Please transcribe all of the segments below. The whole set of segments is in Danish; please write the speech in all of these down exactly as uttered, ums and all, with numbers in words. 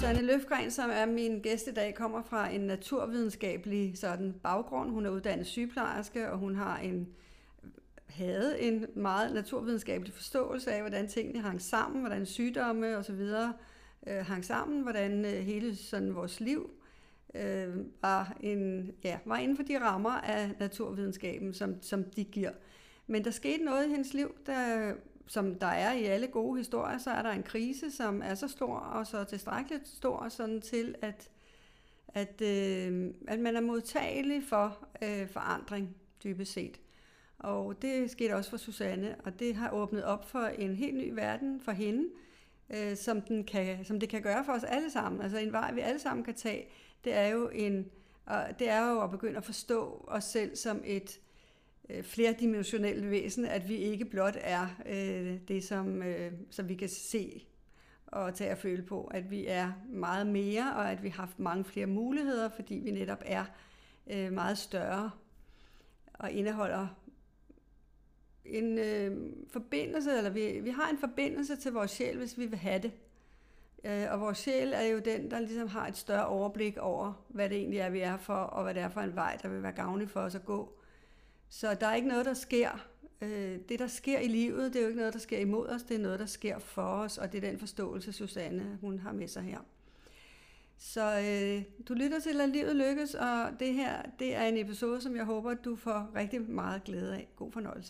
Susanne Løfgren, som er min gæst i dag, kommer fra en naturvidenskabelig sådan baggrund. Hun er uddannet sygeplejerske, og hun har en, havde en meget naturvidenskabelig forståelse af, hvordan tingene hang sammen, hvordan sygdomme osv. Øh, hang sammen, hvordan øh, hele sådan vores liv øh, var, en, ja, var inden for de rammer af naturvidenskaben, som, som de giver. Men der skete noget i hendes liv, der, som der er i alle gode historier, så er der en krise, som er så stor og så tilstrækkeligt stor sådan til, at, at, øh, at man er modtagelig for øh, forandring, dybest set. Og det skete også for Susanne, og det har åbnet op for en helt ny verden for hende, øh, som, den kan, som det kan gøre for os alle sammen. Altså en vej, vi alle sammen kan tage, det er jo, en, det er jo at begynde at forstå os selv som et flerdimensionelt væsen, at vi ikke blot er øh, det, som, øh, som vi kan se og tage at føle på, at vi er meget mere, og at vi har haft mange flere muligheder, fordi vi netop er øh, meget større og indeholder en øh, forbindelse, eller vi, vi har en forbindelse til vores sjæl, hvis vi vil have det. Øh, og vores sjæl er jo den, der ligesom har et større overblik over, hvad det egentlig er, vi er for, og hvad det er for en vej, der vil være gavnlig for os at gå. Så der er ikke noget, der sker. Det, der sker i livet, det er jo ikke noget, der sker imod os, det er noget, der sker for os, og det er den forståelse, Susanne hun har med sig her. Så øh, du lytter til, at livet lykkes, og det her, det er en episode, som jeg håber, du får rigtig meget glæde af. God fornøjelse.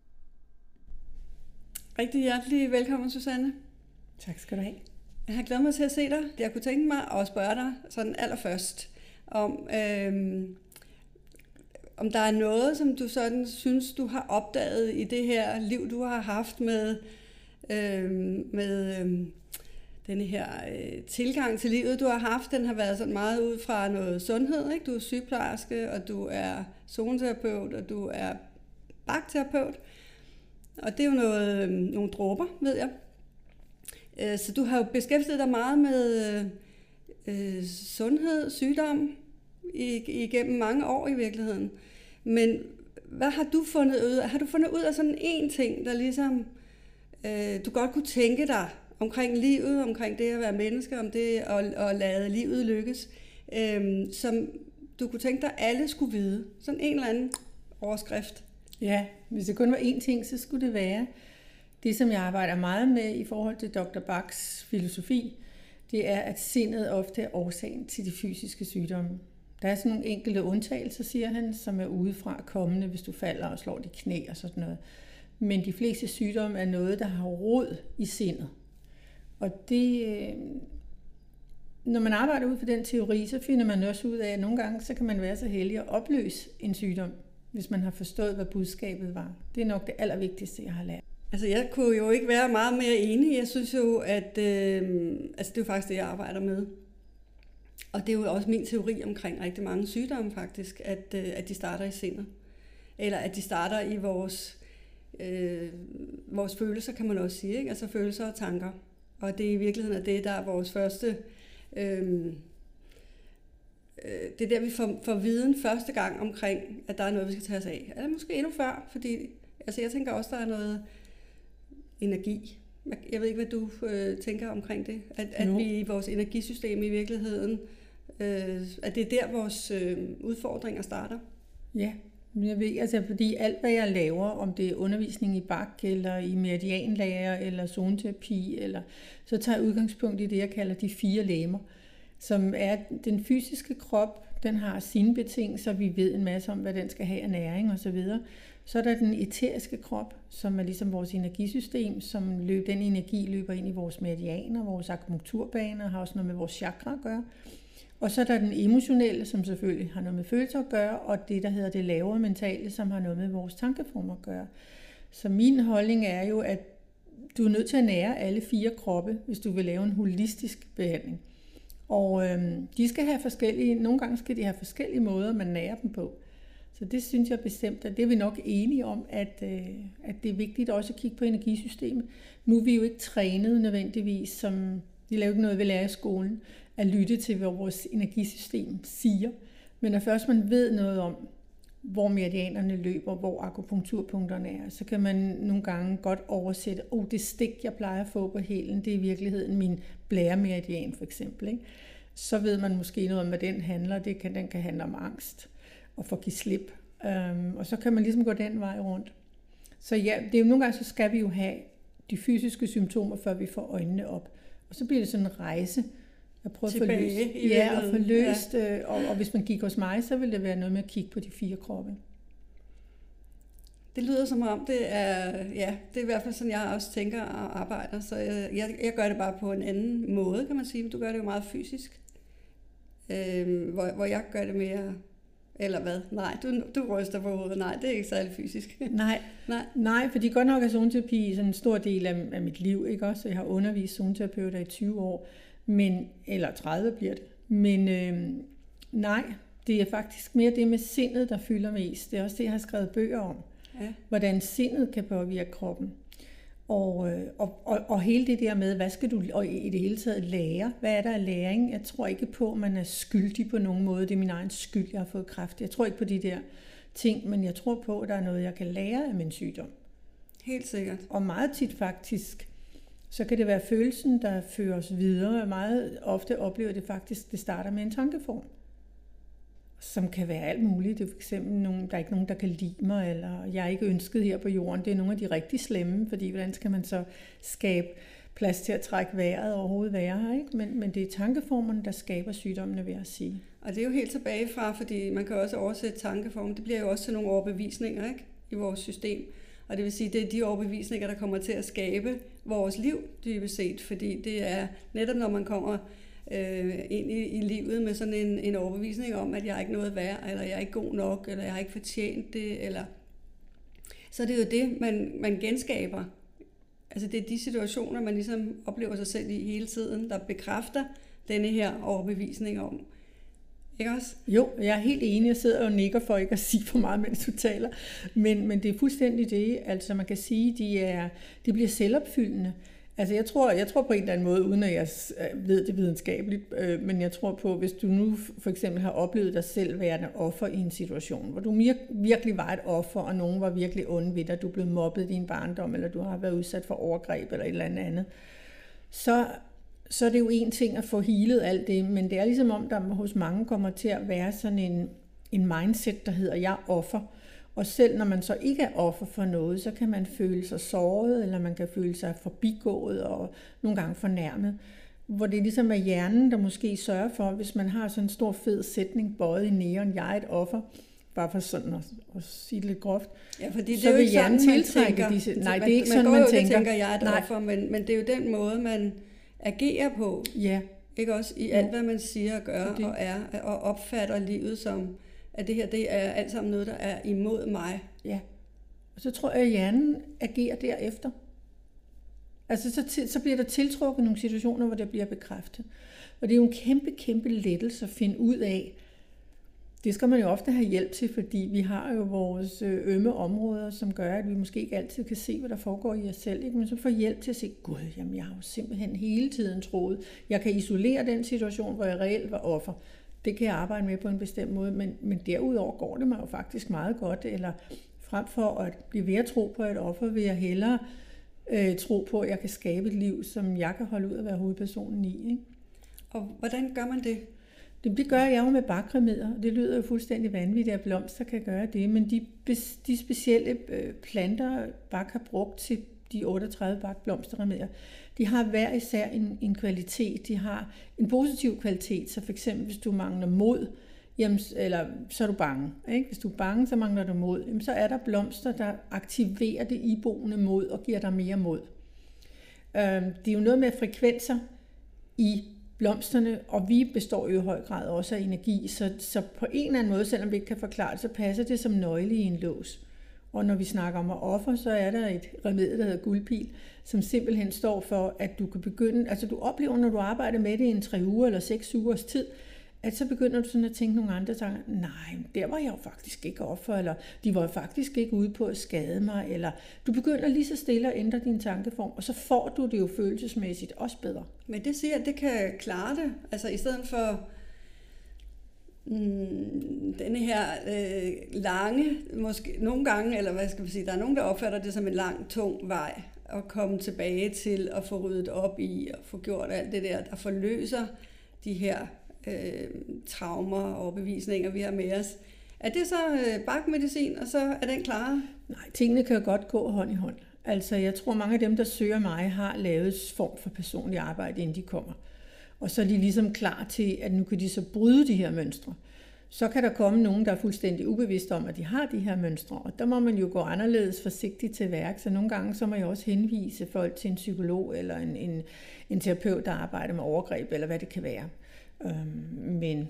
Rigtig hjertelig velkommen, Susanne. Tak skal du have. Jeg har glædet mig til at se dig. Jeg kunne tænke mig at spørge dig sådan allerførst om... Øh, om der er noget, som du sådan synes, du har opdaget i det her liv, du har haft med, øh, med øh, denne her øh, tilgang til livet, du har haft. Den har været sådan meget ud fra noget sundhed, ikke? Du er sygeplejerske, og du er zoneterapeut, og du er bakterapeut. Og det er jo noget, øh, nogle dråber, ved jeg. Øh, så du har jo beskæftiget dig meget med øh, sundhed, sygdom, igennem mange år i virkeligheden. Men hvad har du fundet ud af? Har du fundet ud af sådan en ting, der ligesom øh, du godt kunne tænke dig omkring livet, omkring det at være menneske, om det at, at lade livet lykkes, øh, som du kunne tænke dig, alle skulle vide? Sådan en eller anden overskrift. Ja, hvis det kun var én ting, så skulle det være det, som jeg arbejder meget med i forhold til doktor Bachs filosofi, det er, at sindet ofte er årsagen til de fysiske sygdomme. Der er sådan nogle enkelte undtagelser, siger han, som er udefra kommende, hvis du falder og slår dit knæ og sådan noget. Men de fleste sygdomme er noget, der har rod i sindet. Og det, når man arbejder ud for den teori, så finder man også ud af, at nogle gange så kan man være så heldig at opløse en sygdom, hvis man har forstået, hvad budskabet var. Det er nok det allervigtigste, jeg har lært. Altså jeg kunne jo ikke være meget mere enig. Jeg synes jo, at øh, altså det er jo faktisk det, jeg arbejder med. Og det er jo også min teori omkring rigtig mange sygdomme faktisk, at, at de starter i sindet. Eller at de starter i vores, øh, vores følelser, kan man også sige. Ikke? Altså følelser og tanker. Og det er i virkeligheden det, der er vores første... Øh, det er der, vi får, får viden første gang omkring, at der er noget, vi skal tage os af. Eller måske endnu før, fordi altså jeg tænker også, der er noget energi. Jeg ved ikke, hvad du øh, tænker omkring det. At, at vi i vores energisystem i virkeligheden, øh, at det er der, vores øh, udfordringer starter. Ja, men jeg ved, altså fordi alt, hvad jeg laver, om det er undervisning i Bach, eller i meridianlære, eller zoneterapi, eller, så tager jeg udgangspunkt i det, jeg kalder de fire legemer, som er den fysiske krop, den har sine betingelser, vi ved en masse om, hvad den skal have af næring osv. Så er der den eteriske krop, som er ligesom vores energisystem, som løb, den energi løber ind i vores meridianer, vores akupunkturbaner, har også noget med vores chakra at gøre. Og så er der den emotionelle, som selvfølgelig har noget med følelser at gøre, og det, der hedder det lavere mentale, som har noget med vores tankeformer at gøre. Så min holdning er jo, at du er nødt til at nære alle fire kroppe, hvis du vil lave en holistisk behandling. Og øhm, de skal have forskellige, nogle gange skal de have forskellige måder, man nærer dem på. Så det synes jeg bestemt, at det er vi nok enige om, at, øh, at det er vigtigt også at kigge på energisystemet. Nu er vi jo ikke trænet nødvendigvis, som vi laver ikke noget, vi lærer i skolen, at lytte til, hvad vores energisystem siger. Men når først man ved noget om, hvor meridianerne løber, hvor akupunkturpunkterne er, så kan man nogle gange godt oversætte, oh, det stik, jeg plejer at få på hælen, det er i virkeligheden min blæremeridian for eksempel. Ikke? Så ved man måske noget om, hvad den handler. Det kan, den kan handle om angst og for at give slip. Um, og så kan man ligesom gå den vej rundt. Så ja, det er jo nogle gange, så skal vi jo have de fysiske symptomer, før vi får øjnene op. Og så bliver det sådan en rejse, at prøve at få løst. Ja, og få løst. Ja. Og, og hvis man gik hos mig, så ville det være noget med at kigge på de fire kroppe. Det lyder som om, det er, ja, det er i hvert fald sådan, jeg også tænker og arbejder. Så jeg, jeg, jeg gør det bare på en anden måde, kan man sige. Du gør det jo meget fysisk. Øh, hvor, hvor jeg gør det mere... Eller hvad? Nej, du, du ryster på hovedet. Nej, det er ikke særlig fysisk. Nej, nej. nej fordi godt nok er zoneterapi sådan en stor del af, af mit liv, ikke også? Jeg har undervist zoneterapeuter i tyve år, men, eller tredive bliver det. Men øh, nej, det er faktisk mere det med sindet, der fylder mest. Det er også det, jeg har skrevet bøger om. Ja. Hvordan sindet kan påvirke kroppen. Og, og, og, og hele det der med, hvad skal du og i det hele taget lære? Hvad er der af læring? Jeg tror ikke på, at man er skyldig på nogen måde. Det er min egen skyld, jeg har fået kræft. Jeg tror ikke på de der ting, men jeg tror på, at der er noget, jeg kan lære af min sygdom. Helt sikkert. Og meget tit faktisk, så kan det være følelsen, der fører os videre. Og meget ofte oplever det faktisk, det starter med en tankeform, som kan være alt muligt. Det er for eksempel, nogen, der er ikke nogen, der kan lide mig, eller jeg er ikke ønsket her på jorden. Det er nogle af de rigtig slemme, fordi hvordan skal man så skabe plads til at trække vejret og overhovedet være her, ikke? Men, men det er tankeformerne, der skaber sygdommene, vil jeg sige. Og det er jo helt tilbage fra, fordi man kan også oversætte tankeformen. Det bliver jo også til nogle overbevisninger, ikke? I vores system. Og det vil sige, det er de overbevisninger, der kommer til at skabe vores liv, dybest set. Fordi det er netop, når man kommer øh, ind i, i livet med sådan en, en overbevisning om, at jeg er ikke noget værd, eller jeg er ikke god nok, eller jeg har ikke fortjent det, eller... Så det er jo det, man, man genskaber. Altså det er de situationer, man ligesom oplever sig selv i hele tiden, der bekræfter denne her overbevisning om. Ikke også? Jo, jeg er helt enig. Jeg sidder og nikker for ikke at sige for meget, mens du taler. Men, men det er fuldstændig det. Altså man kan sige, de er, de bliver selvopfyldende. Altså jeg tror, jeg tror på en eller anden måde, uden at jeg ved det videnskabeligt, øh, men jeg tror på, hvis du nu for eksempel har oplevet dig selv værende offer i en situation, hvor du virkelig var et offer, og nogen var virkelig onde ved dig, du blev mobbet i din barndom, eller du har været udsat for overgreb, eller et eller andet andet, så, så er det jo en ting at få healet alt det, men det er ligesom om, der hos mange kommer til at være sådan en, en mindset, der hedder, jeg er offer. Og selv når man så ikke er offer for noget, så kan man føle sig såret, eller man kan føle sig forbigået og nogle gange fornærmet. Hvor det ligesom er hjernen, der måske sørger for, hvis man har sådan en stor fed sætning bøjet i næren, jeg er et offer, bare for sådan at, at sige det lidt groft, ja, fordi det så er jo vil ikke hjernen sådan, tiltrække tænker. disse... Nej, man, det er ikke man sådan, man jo, tænker. tænker, jeg er et Nej. offer, men, men det er jo den måde, man agerer på. Ja. Ikke også i alt, hvad man siger og gør Fordi... og er, og opfatter livet som, at det her, det er alt sammen noget, der er imod mig. Ja. Og så tror jeg, at hjernen agerer derefter. Altså så, til, så bliver der tiltrukket nogle situationer, hvor det bliver bekræftet. Og det er jo en kæmpe, kæmpe lettelse at finde ud af. Det skal man jo ofte have hjælp til, fordi vi har jo vores ømme områder, som gør, at vi måske ikke altid kan se, hvad der foregår i os selv. Ikke? Men så får hjælp til at se, gud, jamen jeg har jo simpelthen hele tiden troet, jeg kan isolere den situation, hvor jeg reelt var offer. Det kan jeg arbejde med på en bestemt måde, men, men derudover går det mig jo faktisk meget godt, eller frem for at blive ved at tro på et offer, vil jeg hellere øh, tro på, at jeg kan skabe et liv, som jeg kan holde ud at være hovedpersonen i. Ikke? Og hvordan gør man det? Det, det gør jeg jo med bakremedier. Det lyder jo fuldstændig vanvittigt, at blomster kan gøre det, men de, de specielle øh, planter, Bach har brugt til de otteogtredive Bach-blomsterremedier, de har hver især en, en kvalitet. De har en positiv kvalitet, så for eksempel hvis du mangler mod, jamen, eller så er du bange. Ikke? Hvis du er bange, så mangler du mod. Jamen, så er der blomster, der aktiverer det iboende mod og giver dig mere mod. Øh, det er jo noget med frekvenser i blomsterne, og vi består jo i høj grad også af energi, så, så på en eller anden måde, selvom vi ikke kan forklare det, så passer det som nøgle i en lås. Og når vi snakker om at offer, så er der et remedie, der hedder guldpil, som simpelthen står for, at du kan begynde, altså du oplever, når du arbejder med det i en tre uger eller seks ugers tid, at så begynder du sådan at tænke nogle andre tanker, nej, der var jeg jo faktisk ikke offer, eller de var faktisk ikke ude på at skade mig, eller du begynder lige så stille at ændre din tankeform, og så får du det jo følelsesmæssigt også bedre. Men det siger, at det kan klare det, altså i stedet for, mm, denne her øh, lange, måske nogle gange, eller hvad skal vi sige, der er nogen, der opfatter det som en lang, tung vej at komme tilbage til at få ryddet op i og få gjort alt det der, der forløser de her øh, traumer og overbevisninger, vi har med os. Er det så øh, bakmedicin, og så er den klar? Nej, tingene kan jo godt gå hånd i hånd. Altså, jeg tror, mange af dem, der søger mig, har lavet form for personlig arbejde, inden de kommer. Og så er de ligesom klar til, at nu kan de så bryde de her mønstre. Så kan der komme nogen, der er fuldstændig ubevidste om, at de har de her mønstre. Og der må man jo gå anderledes forsigtigt til værk. Så nogle gange så må jeg også henvise folk til en psykolog eller en, en, en terapeut, der arbejder med overgreb, eller hvad det kan være. Øhm, men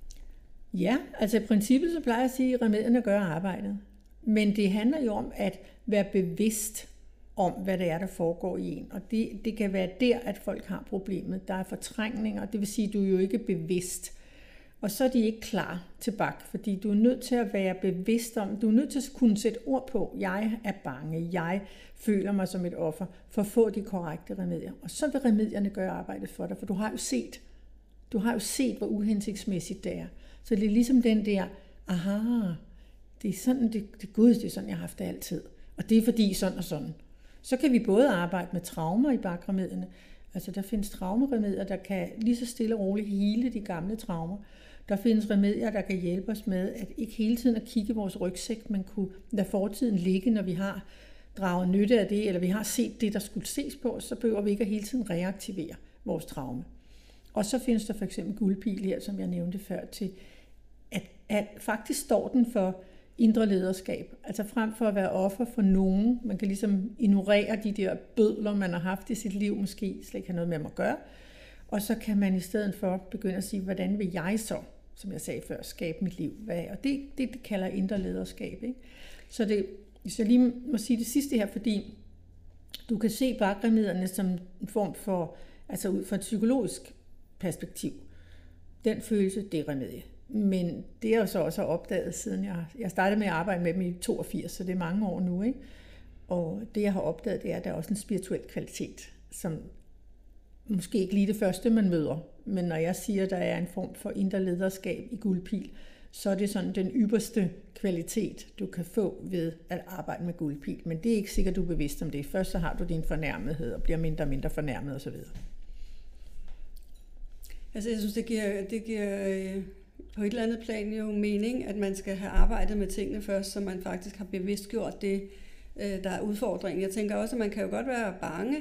ja, altså i princippet så plejer jeg at sige, at remedierne gør arbejdet. Men det handler jo om at være bevidst om, hvad det er, der foregår i en. Og det, det kan være der, at folk har problemet. Der er fortrængninger, det vil sige, at du er jo ikke bevidst. Og så er de ikke klar til bak, fordi du er nødt til at være bevidst om, du er nødt til at kunne sætte ord på, jeg er bange, jeg føler mig som et offer, for at få de korrekte remedier. Og så vil remedierne gøre arbejdet for dig, for du har jo set, du har jo set, hvor uhensigtsmæssigt det er. Så det er ligesom den der, aha, det er sådan, det, det gud, det er sådan, jeg har haft det altid. Og det er fordi sådan og sådan. Så kan vi både arbejde med traumer i bakremedierne. Altså der findes traumeremedier, der kan lige så stille og roligt hele de gamle traumer. Der findes remedier, der kan hjælpe os med at ikke hele tiden at kigge vores rygsæk, men kunne lade fortiden ligge, når vi har draget nytte af det, eller vi har set det, der skulle ses på, så behøver vi ikke at hele tiden reaktivere vores traume. Og så findes der for eksempel guldpil her, som jeg nævnte før, til at, at faktisk står den for indre lederskab. Altså frem for at være offer for nogen, man kan ligesom ignorere de der bødler, man har haft i sit liv, måske slet ikke have noget med at gøre. Og så kan man i stedet for begynde at sige, hvordan vil jeg så, som jeg sagde før, skabe mit liv? Og det, det, det kalder indre lederskab. Ikke? Så det, hvis jeg lige må sige det sidste her, fordi du kan se bakremedierne som en form for, altså ud fra et psykologisk perspektiv. Den følelse, det er remedie. Men det er jo så også opdaget, siden jeg, jeg startede med at arbejde med dem i toogfirs, så det er mange år nu. Ikke? Og det, jeg har opdaget, det er, at der er også en spirituel kvalitet, som måske ikke lige det første, man møder. Men når jeg siger, at der er en form for indre lederskab i guldpil, så er det sådan den ypperste kvalitet, du kan få ved at arbejde med guldpil. Men det er ikke sikkert, du er bevidst om det. Først så har du din fornærmethed og bliver mindre og mindre fornærmet osv. Altså jeg synes, det giver, det giver øh, på et eller andet plan jo mening, at man skal have arbejdet med tingene først, så man faktisk har bevidstgjort det, øh, der er udfordringen. Jeg tænker også, at man kan jo godt være bange.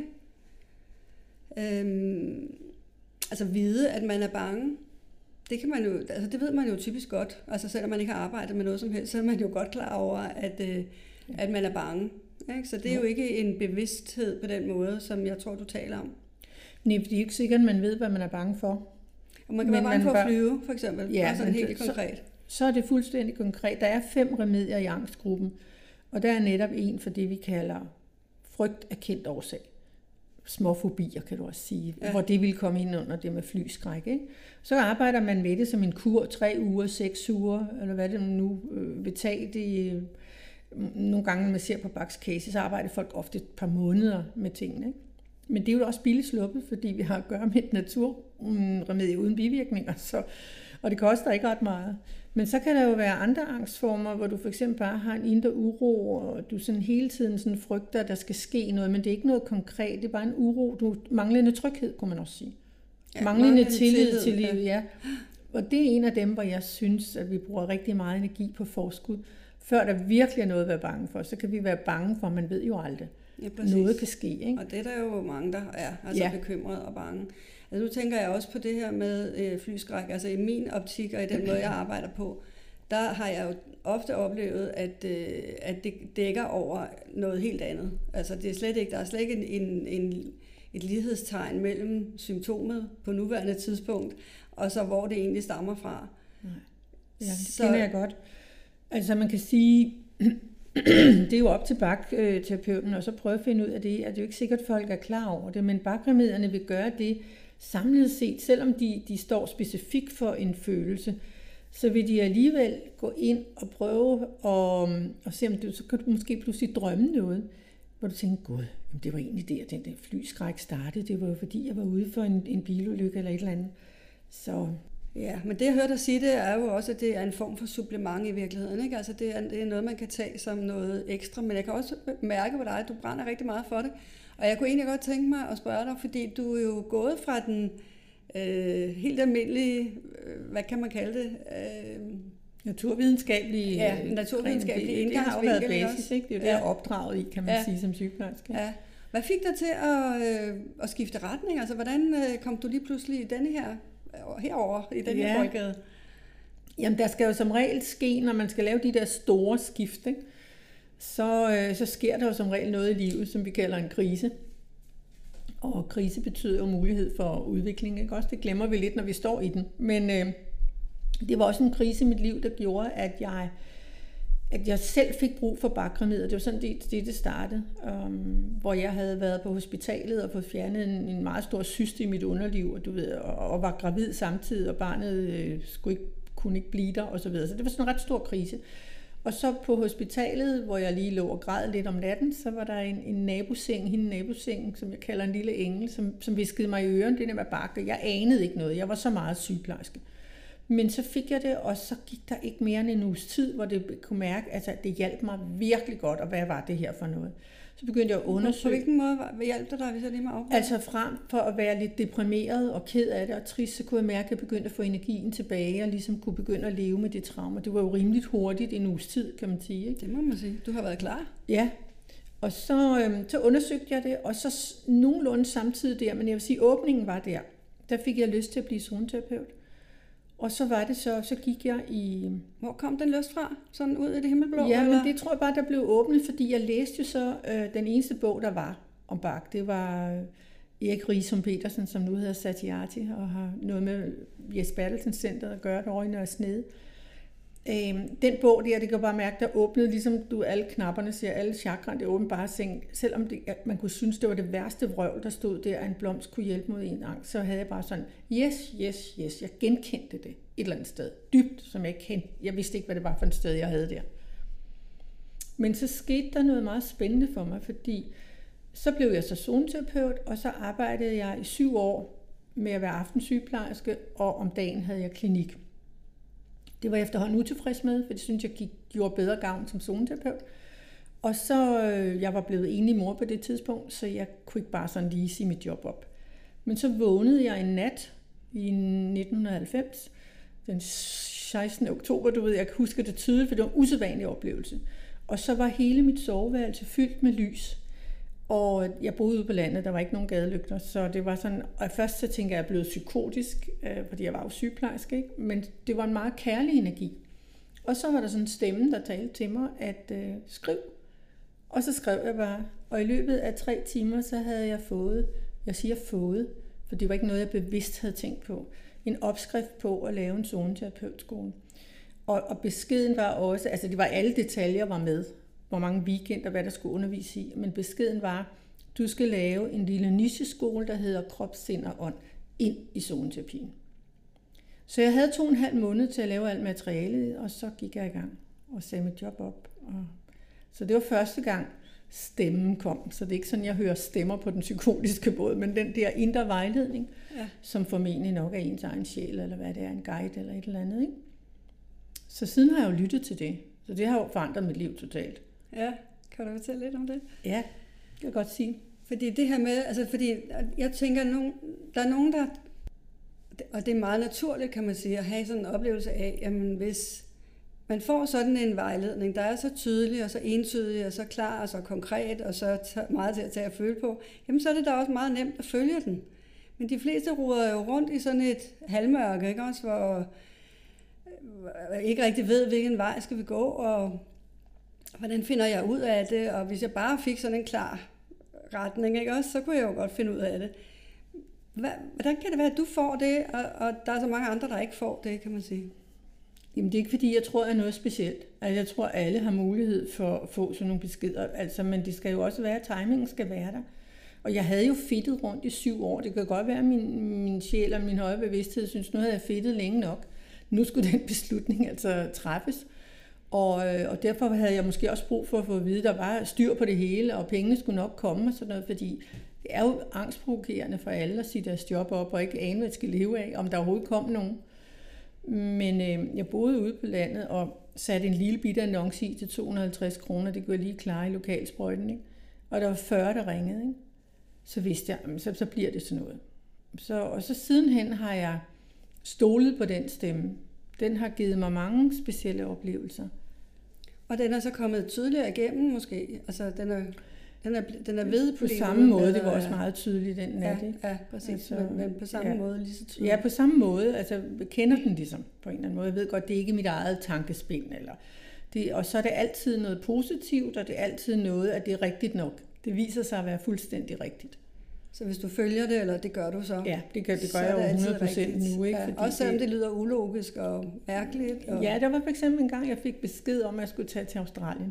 Øhm, altså vide, at man er bange. Det kan man jo, altså det ved man jo typisk godt. Altså selvom man ikke har arbejdet med noget som helst, så er man jo godt klar over, at, øh, at man er bange. Ikke? Så det er jo ikke en bevidsthed på den måde, som jeg tror, du taler om. Nej, det er ikke sikkert, at man ved, hvad man er bange for. Og man kan være bange for at flyve, for eksempel. Ja, bare sådan helt konkret. Så, så er det fuldstændig konkret. Der er fem remedier i angstgruppen, og der er netop en for det, vi kalder frygt af kendt årsag. Småfobier, kan du også sige, ja. Hvor det vil komme ind under det med flyskræk. Ikke? Så arbejder man med det som en kur, tre uger, seks uger, eller hvad det nu øh, vil tage. Det, nogle gange, når man ser på Bachs case, så arbejder folk ofte et par måneder med tingene. Ikke? Men det er jo også billigt sluppet, fordi vi har at gøre med et naturremedie uden bivirkninger, så, og det koster ikke ret meget. Men så kan der jo være andre angstformer, hvor du for eksempel bare har en indre uro, og du sådan hele tiden sådan frygter, at der skal ske noget, men det er ikke noget konkret, det er bare en uro, du manglende tryghed, kunne man også sige. Ja, manglende, manglende tillid, tillid til livet, ja. Og det er en af dem, hvor jeg synes, at vi bruger rigtig meget energi på forskud. Før der virkelig er noget at være bange for, så kan vi være bange for, man ved jo aldrig. Ja, noget kan ske. Ikke? Og det er der jo mange, der er altså ja. bekymret og bange. Altså nu tænker jeg også på det her med øh, flyskræk. Altså i min optik og i den måde, jeg arbejder på, der har jeg jo ofte oplevet, at, øh, at det dækker over noget helt andet. Altså det er slet ikke, der er slet ikke en, en, en, et lighedstegn mellem symptomet på nuværende tidspunkt, og så hvor det egentlig stammer fra. Nej. Ja, det så, kender jeg godt. Altså man kan sige, det er jo op til Bach-terapeuten, og så prøve at finde ud af det. At det er jo ikke sikkert, at folk er klar over det, men Bach-remedierne vil gøre det samlet set, selvom de, de står specifikt for en følelse, så vil de alligevel gå ind og prøve at, at se, om du, så kan du måske pludselig drømme noget, hvor du tænker, gud, det var egentlig der, den der flyskræk startede. Det var jo fordi, jeg var ude for en, en bilulykke eller et eller andet. Så Ja, men det jeg hørte dig sige, det er jo også, at det er en form for supplement i virkeligheden, ikke? Altså det er, det er noget, man kan tage som noget ekstra, men jeg kan også mærke på dig, at du brænder rigtig meget for det. Og jeg kunne egentlig godt tænke mig at spørge dig, fordi du er jo gået fra den øh, helt almindelige, øh, hvad kan man kalde det? Øh, naturvidenskabelige ja, naturvidenskabelige indgangsvinkel. Det har jo været basis, ikke? Det er jo det, jeg er opdraget i, kan man ja. sige, som sygeplejerske. Ja. Hvad fik dig til at, øh, at skifte retning? Altså, hvordan øh, kom du lige pludselig i denne her, herover i den ja. her boldgade? Jamen, der skal jo som regel ske, når man skal lave de der store skift, ikke? Så, øh, så sker der jo som regel noget i livet, som vi kalder en krise. Og krise betyder jo mulighed for udvikling, ikke? Også det glemmer vi lidt, når vi står i den. Men øh, det var også en krise i mit liv, der gjorde, at jeg, at jeg selv fik brug for bakremedier. Det var sådan, det, det, det startede. Um, hvor jeg havde været på hospitalet og fået fjernet en, en meget stor cyste i mit underliv, og, du ved, og, og var gravid samtidig, og barnet øh, skulle ikke, kunne ikke blive der, og så videre. Så det var sådan en ret stor krise. Og så på hospitalet, hvor jeg lige lå og græd lidt om natten, så var der en, en naboseng, hende nabosengen, som jeg kalder en lille engel, som, som viskede mig i øren, det der med bakke. Jeg anede ikke noget, jeg var så meget sygeplejerske. Men så fik jeg det, og så gik der ikke mere end en uges tid, hvor det kunne mærke, altså det hjalp mig virkelig godt, og hvad var det her for noget? Så begyndte jeg at undersøge. På hvilken måde hjalp det dig, hvis jeg lige må afbryde? Altså frem for at være lidt deprimeret og ked af det og trist, så kunne jeg mærke, at jeg begyndte at få energien tilbage, og ligesom kunne begynde at leve med det traume. Det var jo rimeligt hurtigt, en uges tid, kan man sige. Ikke? Det må man sige. Du har været klar. Ja, og så, øhm, så undersøgte jeg det, og så nogenlunde samtidig der, men jeg vil sige, åbningen var der. Der fik jeg lyst til at blive zoneterapeut. Og så var det så, så gik jeg i... Hvor kom den lyst fra? Sådan ud i det himmelblå? Ja, eller? men det tror jeg bare, der blev åbnet, fordi jeg læste jo så øh, den eneste bog, der var om bak. Det var Erik Riisum Petersen, som nu hedder Satyati, og har noget med Jes Bertelsen Center at gøre derovre i Nørre Snede. Øhm, den bog der, det kan bare mærke, der åbnede ligesom du alle knapperne siger, alle chakraen, det åbnede bare seng. Selvom det, man kunne synes, det var det værste vrøvl, der stod der, at en blomst kunne hjælpe mod en angst, så havde jeg bare sådan, yes, yes, yes, jeg genkendte det et eller andet sted, dybt, som jeg kendte. Jeg vidste ikke, hvad det var for et sted, jeg havde der. Men så skete der noget meget spændende for mig, fordi så blev jeg så zoneterapeut, og så arbejdede jeg i syv år med at være aftensygeplejerske, og om dagen havde jeg klinik. Det var jeg efterhånden utilfreds med, for det synes jeg gik, gjorde bedre gavn som zoneterapeut. Og så, øh, jeg var blevet enlig mor på det tidspunkt, så jeg kunne ikke bare sådan lige sige mit job op. Men så vågnede jeg en nat i nitten halvfems, den sekstende oktober, du ved, jeg husker det tydeligt, for det var en usædvanlig oplevelse. Og så var hele mit soveværelse fyldt med lys. Og jeg boede ude på landet, der var ikke nogen gadelygter, så det var sådan, og først så tænkte jeg, at jeg er blevet psykotisk, øh, fordi jeg var jo sygeplejerske, ikke? Men det var en meget kærlig energi. Og så var der sådan en stemme, der talte til mig, at øh, skriv. Og så skrev jeg bare, og i løbet af tre timer, så havde jeg fået, jeg siger fået, for det var ikke noget, jeg bevidst havde tænkt på, en opskrift på at lave en zoneterapeutskole. Og, og beskeden var også, altså det var alle detaljer var med, hvor mange weekender, hvad der skulle undervise i, men beskeden var, du skal lave en lille nicheskole, der hedder krop, sind og ånd, ind i zoneterapien. Så jeg havde to og en halv måned til at lave alt materialet, og så gik jeg i gang og sagde mit job op. Og så det var første gang, stemmen kom. Så det er ikke sådan, jeg hører stemmer på den psykotiske båd, men den der indre vejledning, ja. Som formentlig nok er ens egen sjæl, eller hvad det er, en guide eller et eller andet. Ikke? Så siden har jeg jo lyttet til det. Så det har jo forandret mit liv totalt. Ja, kan du fortælle lidt om det? Ja, det kan jeg godt sige. Fordi det her med, altså fordi jeg tænker, der er nogen, der, og det er meget naturligt, kan man sige, at have sådan en oplevelse af, jamen hvis man får sådan en vejledning, der er så tydelig og så entydig og så klar og så konkret og så meget til at tage at føle på, jamen så er det da også meget nemt at følge den. Men de fleste ruder jo rundt i sådan et halvmørke, ikke også, hvor jeg ikke rigtig ved, hvilken vej skal vi gå, og hvordan finder jeg ud af det, og hvis jeg bare fik sådan en klar retning, ikke også, så kunne jeg jo godt finde ud af det. Hvordan kan det være, at du får det, og, og der er så mange andre, der ikke får det, kan man sige? Jamen det er ikke fordi, jeg tror, det er noget specielt. Altså, jeg tror, alle har mulighed for at få sådan nogle beskeder, altså, men det skal jo også være, at timingen skal være der. Og jeg havde jo fedtet rundt i syv år. Det kan godt være, at min, min sjæl og min høje bevidsthed synes, nu havde jeg fedtet længe nok. Nu skulle den beslutning altså træffes. Og, og derfor havde jeg måske også brug for at få at vide, at der var styr på det hele, og pengene skulle nok komme og sådan noget, fordi det er jo angstprovokerende for alle at sige deres job op og ikke ane, hvad de skal leve af, om der overhovedet kom nogen. Men øh, jeg boede ude på landet og satte en lille bitte annonce i til to hundrede og halvtreds kroner. Det kunne jeg lige klare i lokalsprøjten, ikke? Og der var fyrre, der ringede, ikke? Så vidste jeg, så, så bliver det sådan noget. Så, og så sidenhen har jeg stolet på den stemme. Den har givet mig mange specielle oplevelser. Og den er så kommet tydeligere igennem måske? Altså, den er, den er, den er ved på samme måde, det var også meget tydeligt den nat, ja, ikke? ja, præcis, altså, men, men på samme ja. måde lige så tydeligt. Ja, på samme måde, altså jeg kender den ligesom på en eller anden måde. Jeg ved godt, det er ikke mit eget tankespind, eller det, og så er det altid noget positivt, og det er altid noget, at det er rigtigt nok. Det viser sig at være fuldstændig rigtigt. Så hvis du følger det, eller det gør du så? Ja, det gør, det gør jeg jo hundrede procent nu. Ikke? Ja, også selvom det, det lyder ulogisk og mærkeligt. Og... Ja, der var for eksempel en gang, jeg fik besked om, at jeg skulle tage til Australien.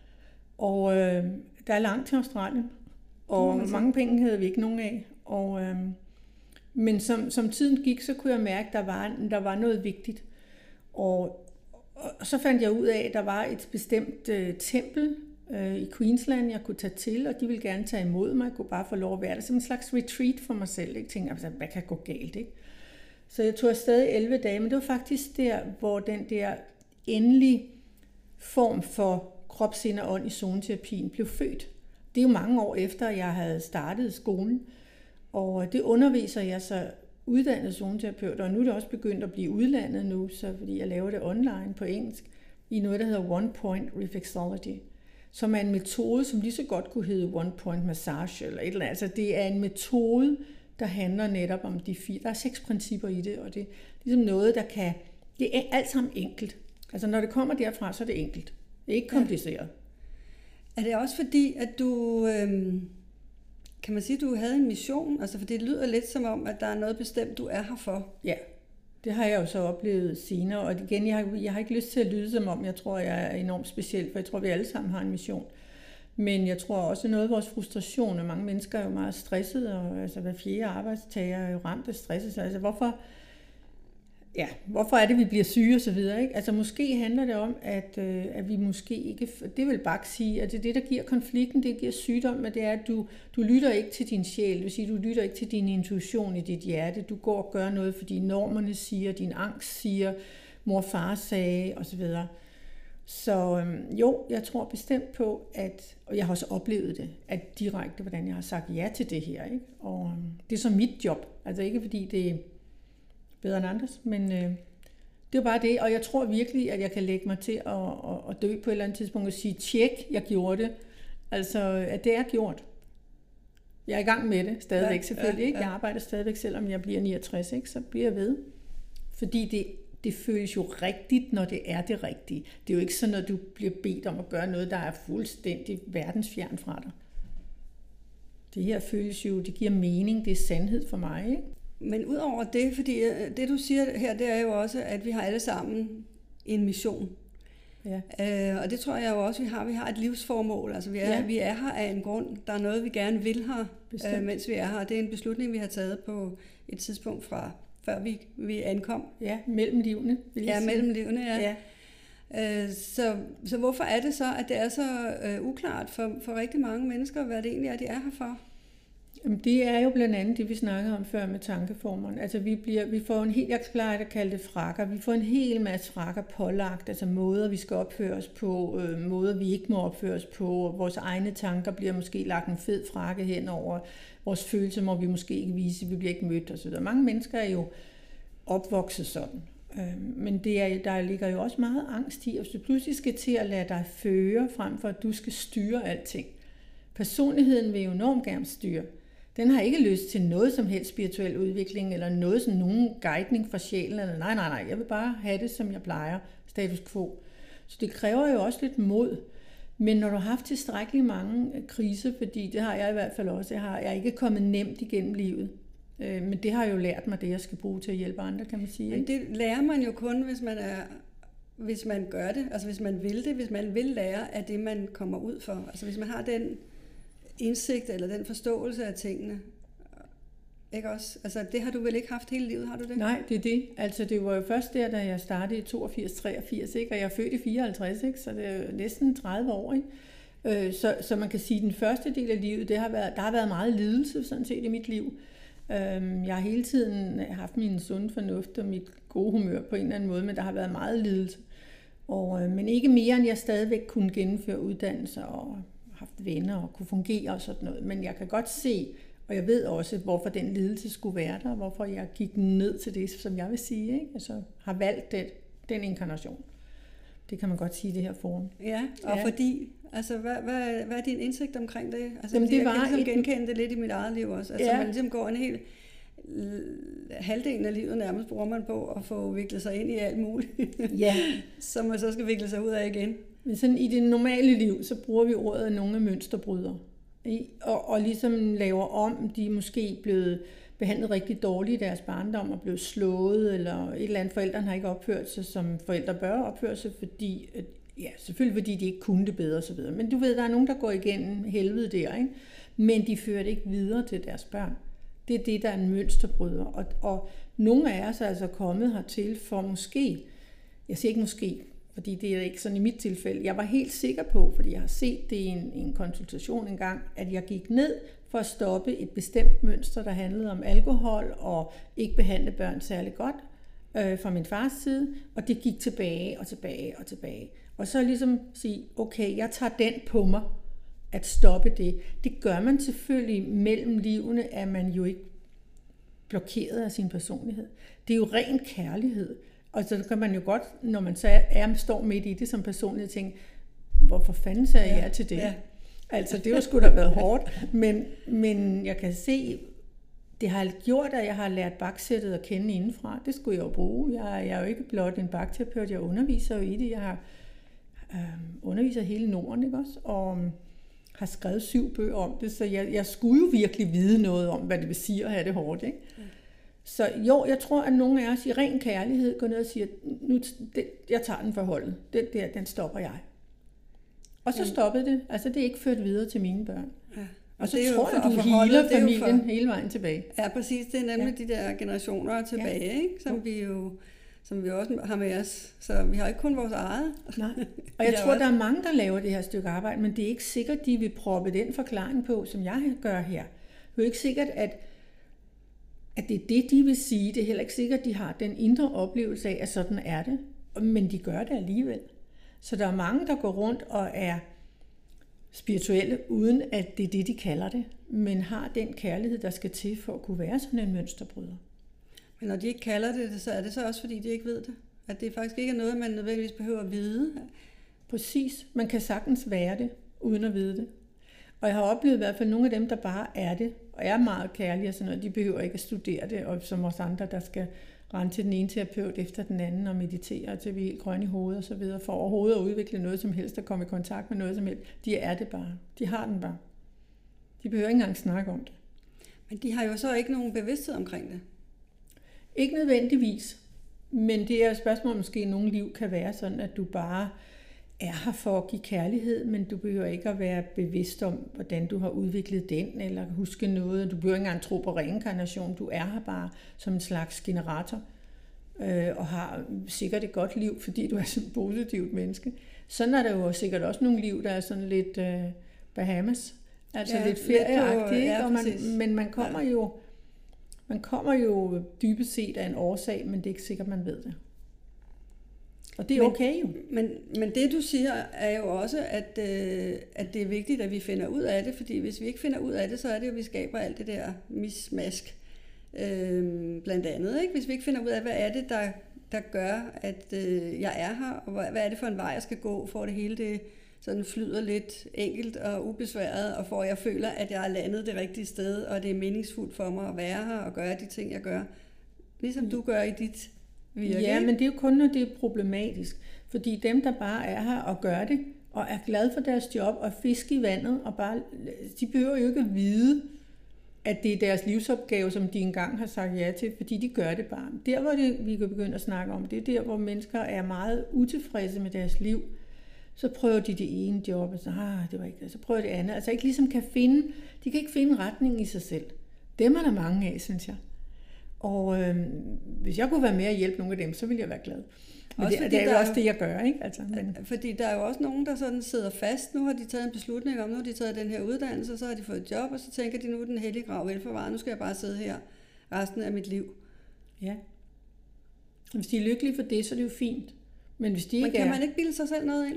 Og øh, der er langt til Australien, og mm, mange penge havde vi ikke nogen af. Og, øh, men som, som tiden gik, så kunne jeg mærke, at der var, der var noget vigtigt. Og, og så fandt jeg ud af, at der var et bestemt øh, tempel, i Queensland, jeg kunne tage til, og de ville gerne tage imod mig. Jeg kunne bare få lov at være der som en slags retreat for mig selv. Jeg tænkte, altså, hvad kan gå galt, ikke? Så jeg tog afsted elleve dage, men det var faktisk der, hvor den der endelige form for krop, sind og ånd i zoneterapien blev født. Det er jo mange år efter, jeg havde startet skolen, og det underviser jeg så uddannet zoneterapeut, og nu er det også begyndt at blive udlandet nu, så fordi jeg laver det online på engelsk, i noget, der hedder One Point Reflexology, som er en metode, som lige så godt kunne hedde One Point Massage eller et eller andet. Altså det er en metode, der handler netop om de fire. Der er seks principper i det, og det er ligesom noget, der kan... Det er alt sammen enkelt. Altså når det kommer derfra, så er det enkelt. Det er ikke kompliceret. Ja. Er det også fordi, at du... Øhm, kan man sige, at du havde en mission? Altså for det lyder lidt som om, at der er noget bestemt, du er her for. Ja. Det har jeg jo så oplevet senere, og igen, jeg har, jeg har ikke lyst til at lyde som om, jeg tror, jeg er enormt speciel, for jeg tror, vi alle sammen har en mission. Men jeg tror også, noget af vores frustration, og mange mennesker er jo meget stressede, og altså, hver fjerde arbejdstager er jo ramt af stress. Altså, hvorfor, ja, hvorfor er det, vi bliver syge og så videre, ikke? Altså, måske handler det om, at, øh, at vi måske ikke, det vil bare sige, at det er det, der giver konflikten, det giver sygdom, men det er, at du, du lytter ikke til din sjæl, det vil sige, du lytter ikke til din intuition i dit hjerte, du går og gør noget, fordi normerne siger, din angst siger, mor og far sagde, og så videre. Så øhm, jo, jeg tror bestemt på, at, og jeg har også oplevet det, at direkte, hvordan jeg har sagt ja til det her, ikke? Og øhm, det er så mit job, altså ikke fordi det er bedre end andres, men øh, det er bare det, og jeg tror virkelig, at jeg kan lægge mig til at, at, at dø på et eller andet tidspunkt og sige, tjek, jeg gjorde det. Altså, at det er gjort. Jeg er i gang med det stadigvæk, ja, selvfølgelig ja, ikke. Jeg arbejder stadigvæk, selvom jeg bliver niogtres, ikke? Så bliver jeg ved. Fordi det, det føles jo rigtigt, når det er det rigtige. Det er jo ikke sådan, at du bliver bedt om at gøre noget, der er fuldstændig verdensfjern fra dig. Det her føles jo, det giver mening, det er sandhed for mig, ikke? Men udover det, fordi det du siger her, det er jo også, at vi har alle sammen en mission. Ja. Øh, og det tror jeg jo også, vi har. Vi har et livsformål. Altså vi er, ja. vi er her af en grund. Der er noget, vi gerne vil her, øh, mens vi er her. Og det er en beslutning, vi har taget på et tidspunkt fra, før vi, vi ankom. Ja, mellem livene. Ja, mellem livene, ja. ja. Øh, så, så hvorfor er det så, at det er så øh, uklart for, for rigtig mange mennesker, hvad det egentlig er, de er her for? Det er jo blandt andet det, vi snakkede om før med tankeformerne. Altså vi, bliver, vi får en helt, jeg plejer at kalde det frakker, vi får en hel masse frakker pålagt, altså måder, vi skal opføre os på, øh, måder, vi ikke må opføre os på. Vores egne tanker bliver måske lagt en fed frakke hen over, vores følelser må vi måske ikke vise, vi bliver ikke mødt osv. Mange mennesker er jo opvokset sådan. Øh, men det er, der ligger jo også meget angst i, at du pludselig skal til at lade dig føre, frem for at du skal styre alting. Personligheden vil jo enormt gerne styre. Den har ikke lyst til noget som helst spirituel udvikling, eller noget som nogen guidning fra sjælen, eller nej, nej, nej, jeg vil bare have det, som jeg plejer, status quo. Så det kræver jo også lidt mod. Men når du har haft tilstrækkeligt mange kriser, fordi det har jeg i hvert fald også, jeg har jeg er ikke kommet nemt igennem livet, men det har jo lært mig det, jeg skal bruge til at hjælpe andre, kan man sige. Men det lærer man jo kun, hvis man er, hvis man gør det, altså hvis man vil det, hvis man vil lære af det, man kommer ud for. Altså hvis man har den indsigt eller den forståelse af tingene. Ikke også? Altså det har du vel ikke haft hele livet, har du det? Nej, det er det. Altså det var jo først der, da jeg startede i toogfirs treogfirs, ikke? Og jeg er født i fireoghalvtreds, ikke? Så det er jo næsten tredive år, ikke? Så, så man kan sige, at den første del af livet, det har været, der har været meget lidelse sådan set i mit liv. Øhm, jeg har hele tiden haft min sunde fornuft og mit gode humør på en eller anden måde, men der har været meget lidelse. Og, øh, men ikke mere, end jeg stadigvæk kunne gennemføre uddannelser og haft venner og kunne fungere og sådan noget. Men jeg kan godt se, og jeg ved også, hvorfor den lidelse skulle være der, hvorfor jeg gik ned til det, som jeg vil sige, ikke? Altså har valgt det, den inkarnation. Det kan man godt sige i det her forum. Ja, og ja. Fordi, altså hvad, hvad, hvad er din indsigt omkring det? Altså, Jamen, det jeg var kan ligesom et... genkende det lidt i mit eget liv også. Altså ja. Man ligesom går en hel halvdelen af livet nærmest bruger man på at få viklet sig ind i alt muligt, ja. som man så skal vikle sig ud af igen. Men sådan i det normale liv, så bruger vi ordet af nogle mønsterbrydere. Og, og ligesom laver om, de er måske blevet behandlet rigtig dårligt i deres barndom og blevet slået, eller et eller andet. Forældrene har ikke opført sig, som forældre bør opføre sig, fordi, ja, selvfølgelig fordi de ikke kunne det bedre osv. Men du ved, der er nogen, der går igennem helvede der, ikke? Men de fører det ikke videre til deres børn. Det er det, der er en mønsterbryder. Og, og nogle af os er altså kommet hertil for måske, jeg siger ikke måske, fordi det er ikke sådan i mit tilfælde. Jeg var helt sikker på, fordi jeg har set det i en, en konsultation engang, at jeg gik ned for at stoppe et bestemt mønster, der handlede om alkohol og ikke behandle børn særlig godt øh, fra min fars side. Og det gik tilbage og tilbage og tilbage. Og så ligesom sige, okay, jeg tager den på mig, at stoppe det. Det gør man selvfølgelig mellem livene, at man jo ikke blokeret af sin personlighed. Det er jo ren kærlighed. Og så kan man jo godt, når man så er, står midt i det som personlighed, tænke, hvorfor fanden sagde jeg ja til det? Ja. Altså, det var sgu da været hårdt, men, men jeg kan se, det har gjort, at jeg har lært baksættet at kende indenfra. Det skulle jeg jo bruge. Jeg, jeg er jo ikke blot en bakterapeut, jeg underviser jo i det. Jeg har øh, underviser hele Norden, ikke også? Og har skrevet syv bøger om det, så jeg, jeg skulle jo virkelig vide noget om, hvad det vil sige at have det hårdt, ikke? Ja. Så jo, jeg tror, at nogle af os i ren kærlighed går ned og siger, nu, det, jeg tager den for holdet. Den der, den stopper jeg. Og så ja. Stoppede det. Altså, det er ikke ført videre til mine børn. Ja. Og, og så tror jeg, at du healer familien for... hele vejen tilbage. Ja, præcis. Det er nemlig ja. De der generationer tilbage, ja. Ikke? Som, ja. vi jo, som vi også har med os. Så vi har ikke kun vores eget. Nej. Og jeg tror, også... der er mange, der laver det her stykke arbejde, men det er ikke sikkert, de vil proppe den forklaring på, som jeg gør her. Det er jo ikke sikkert, at at det er det, de vil sige. Det er heller ikke sikkert, at de har den indre oplevelse af, at sådan er det. Men de gør det alligevel. Så der er mange, der går rundt og er spirituelle, uden at det er det, de kalder det. Men har den kærlighed, der skal til for at kunne være sådan en mønsterbryder. Men når de ikke kalder det, så er det så også, fordi de ikke ved det? At det faktisk ikke er noget, man nødvendigvis behøver at vide? Præcis. Man kan sagtens være det, uden at vide det. Og jeg har oplevet i hvert fald nogle af dem, der bare er det, og er meget kærlige og sådan noget, de behøver ikke at studere det, og som os andre, der skal rende til den ene terapeut efter den anden og meditere, til vi er helt grønne i hovedet og så videre, for overhovedet at udvikle noget som helst, og komme i kontakt med noget som helst. De er det bare. De har den bare. De behøver ikke engang snakke om det. Men de har jo så ikke nogen bevidsthed omkring det? Ikke nødvendigvis, men det er et spørgsmål, måske i nogle liv kan være sådan, at du bare er her for at give kærlighed, men du behøver ikke at være bevidst om, hvordan du har udviklet den, eller huske noget. Du behøver ikke engang tro på reinkarnation. Du er her bare som en slags generator, øh, og har sikkert et godt liv, fordi du er sådan et positivt menneske. Sådan er der jo sikkert også nogle liv, der er sådan lidt øh, Bahamas, altså ja, lidt ferieagtigt, ja, og man, men man kommer ja. jo man kommer jo dybest set af en årsag, men det er ikke sikkert, man ved det. Og det er okay jo. Men, men det du siger er jo også, at, øh, at det er vigtigt, at vi finder ud af det, fordi hvis vi ikke finder ud af det, så er det jo, at vi skaber alt det der mismask, øh, blandt andet. Ikke? Hvis vi ikke finder ud af, hvad er det, der, der gør, at øh, jeg er her, og hvad, hvad er det for en vej, jeg skal gå, for det hele det sådan flyder lidt enkelt og ubesværet, og for at jeg føler, at jeg er landet det rigtige sted, og det er meningsfuldt for mig at være her og gøre de ting, jeg gør. Ligesom du gør i dit virke. Ja, men det er jo kun, når det er problematisk. Fordi dem, der bare er her og gør det, og er glade for deres job, og fisk i vandet, og bare, de behøver jo ikke at vide, at det er deres livsopgave, som de engang har sagt ja til, fordi de gør det bare. Der, hvor det, vi kan begynde at snakke om, det er der, hvor mennesker er meget utilfredse med deres liv. Så prøver de det ene job, og så, ah, det var ikke det. Så prøver det andet. Altså ikke ligesom kan finde, de kan ikke finde retning i sig selv. Dem er der mange af, synes jeg. Og øh, hvis jeg kunne være med at hjælpe nogle af dem, så ville jeg være glad. Men også det, det er jo der også det, jeg gør, ikke? Altså, men... Fordi der er jo også nogen, der sådan sidder fast. Nu har de taget en beslutning om, nu har de taget den her uddannelse, og så har de fået et job, og så tænker de, nu er den hellige grav velforvaret, nu skal jeg bare sidde her resten af mit liv. Ja. Hvis de er lykkelige for det, så er det jo fint. Men hvis de ikke Men kan er... man ikke bilde sig selv noget ind?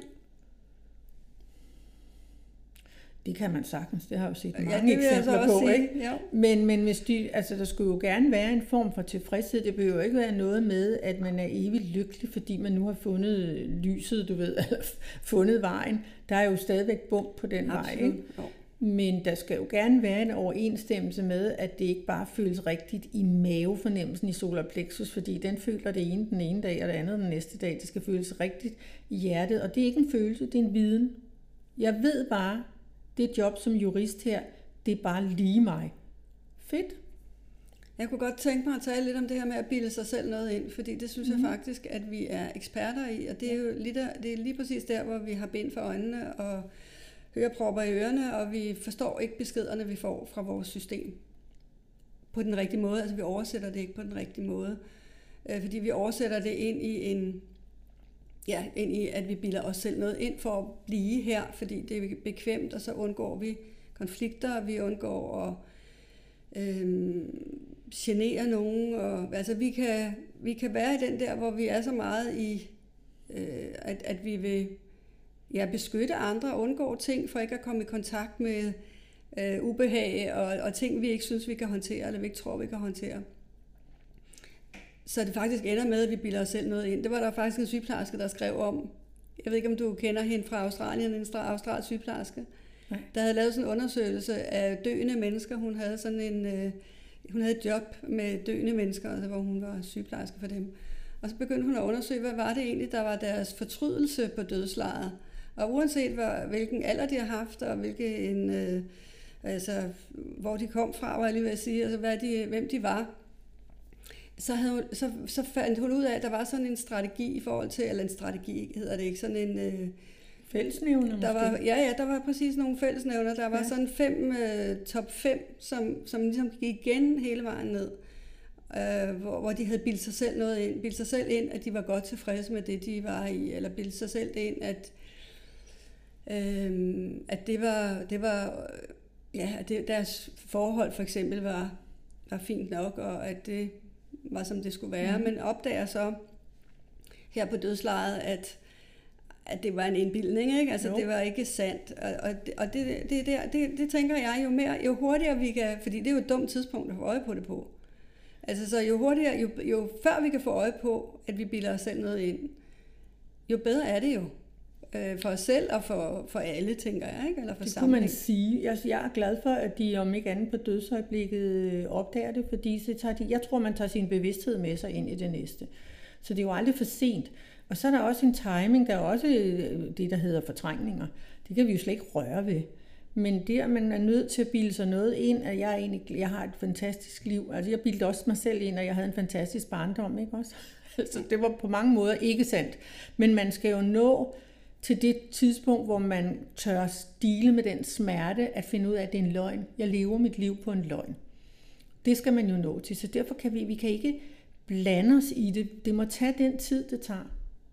Det kan man sagtens, det har jeg jo set Ja, mange det vil jeg eksempler så også på. sige. Ikke? Ja. Men, men hvis de, altså, der skulle jo gerne være en form for tilfredshed. Det behøver ikke være noget med, at man er evigt lykkelig, fordi man nu har fundet lyset, du ved, eller fundet vejen. Der er jo stadigvæk bump på den Absolut. vej. Ikke? Men der skal jo gerne være en overensstemmelse med, at det ikke bare føles rigtigt i mavefornemmelsen i solar plexus, fordi den føler det ene den ene dag, og det andet den næste dag. Det skal føles rigtigt i hjertet, og det er ikke en følelse, det er en viden. Jeg ved bare, det job som jurist her, det er bare lige mig. Fedt. Jeg kunne godt tænke mig at tale lidt om det her med at bilde sig selv noget ind, fordi det synes mm. jeg faktisk, at vi er eksperter i, og det er jo lige, der, det er lige præcis der, hvor vi har bind for øjnene og hørepropper i ørerne, og vi forstår ikke beskederne, vi får fra vores system på den rigtige måde. Altså vi oversætter det ikke på den rigtige måde, fordi vi oversætter det ind i en, ja, ind i at vi bilder os selv noget ind for at blive her, fordi det er bekvemt, og så undgår vi konflikter, og vi undgår at øhm, genere nogen, og altså vi kan, vi kan være i den der, hvor vi er så meget i, øh, at, at vi vil ja, beskytte andre og undgå ting, for ikke at komme i kontakt med øh, ubehag og, og ting, vi ikke synes, vi kan håndtere, eller vi ikke tror, vi kan håndtere. Så det faktisk ender med, at vi bilder os selv noget ind. Det var der faktisk en sygeplejerske, der skrev om. Jeg ved ikke, om du kender hende fra Australien, en australsk sygeplejerske, Nej. der havde lavet sådan en undersøgelse af døende mennesker. Hun havde sådan en, øh, hun havde et job med døende mennesker, altså, hvor hun var sygeplejerske for dem. Og så begyndte hun at undersøge, hvad var det egentlig, der var deres fortrydelse på dødslejet. Og uanset hvor, hvilken alder de har haft, og hvilken, øh, altså, hvor de kom fra, var jeg lige ved at sige, altså, hvad de, hvem de var, så, havde hun, så, så fandt hun ud af, at der var sådan en strategi i forhold til, eller en strategi hedder det ikke, sådan en... Øh, fællesnævner måske? Der var, ja, ja, der var præcis nogle fællesnævner. Der var ja. sådan fem, øh, top fem, som, som ligesom gik igen hele vejen ned. Øh, hvor, hvor de havde bildt sig selv noget ind. Bildt sig selv ind, at de var godt tilfredse med det, de var i. Eller bildt sig selv ind, at, øh, at det var, det var ja, at det, deres forhold for eksempel var, var fint nok, og at det var, som det skulle være. Mm. Men opdager så her på dødslejet, at at det var en indbildning, ikke? Altså, jo. Det var ikke sandt. Og, og, det, og det, det, det, det, det tænker jeg, jo mere, jo hurtigere vi kan, fordi det er jo et dumt tidspunkt at få øje på det på. Altså, så jo hurtigere, jo, jo før vi kan få øje på, at vi bilder os selv noget ind, jo bedre er det jo. Øh, for os selv og for, for alle, tænker jeg, ikke? Eller for det sammenhæng. Kunne man sige. Jeg, jeg er glad for, at de om ikke andet på dødsøjeblikket opdager det, fordi så tager de, jeg tror, man tager sin bevidsthed med sig ind i det næste. Så det er jo aldrig for sent. Og så er der også en timing, der er også det, der hedder fortrængninger. Det kan vi jo slet ikke røre ved. Men det, at man er nødt til at bilde sig noget ind, at jeg, egentlig, jeg har et fantastisk liv. Altså jeg bildte også mig selv ind, at jeg havde en fantastisk barndom, ikke også? Altså det var på mange måder ikke sandt. Men man skal jo nå til det tidspunkt, hvor man tør stile med den smerte, at finde ud af, at det er en løgn. Jeg lever mit liv på en løgn. Det skal man jo nå til. Så derfor kan vi, vi kan ikke blande os i det. Det må tage den tid, det tager.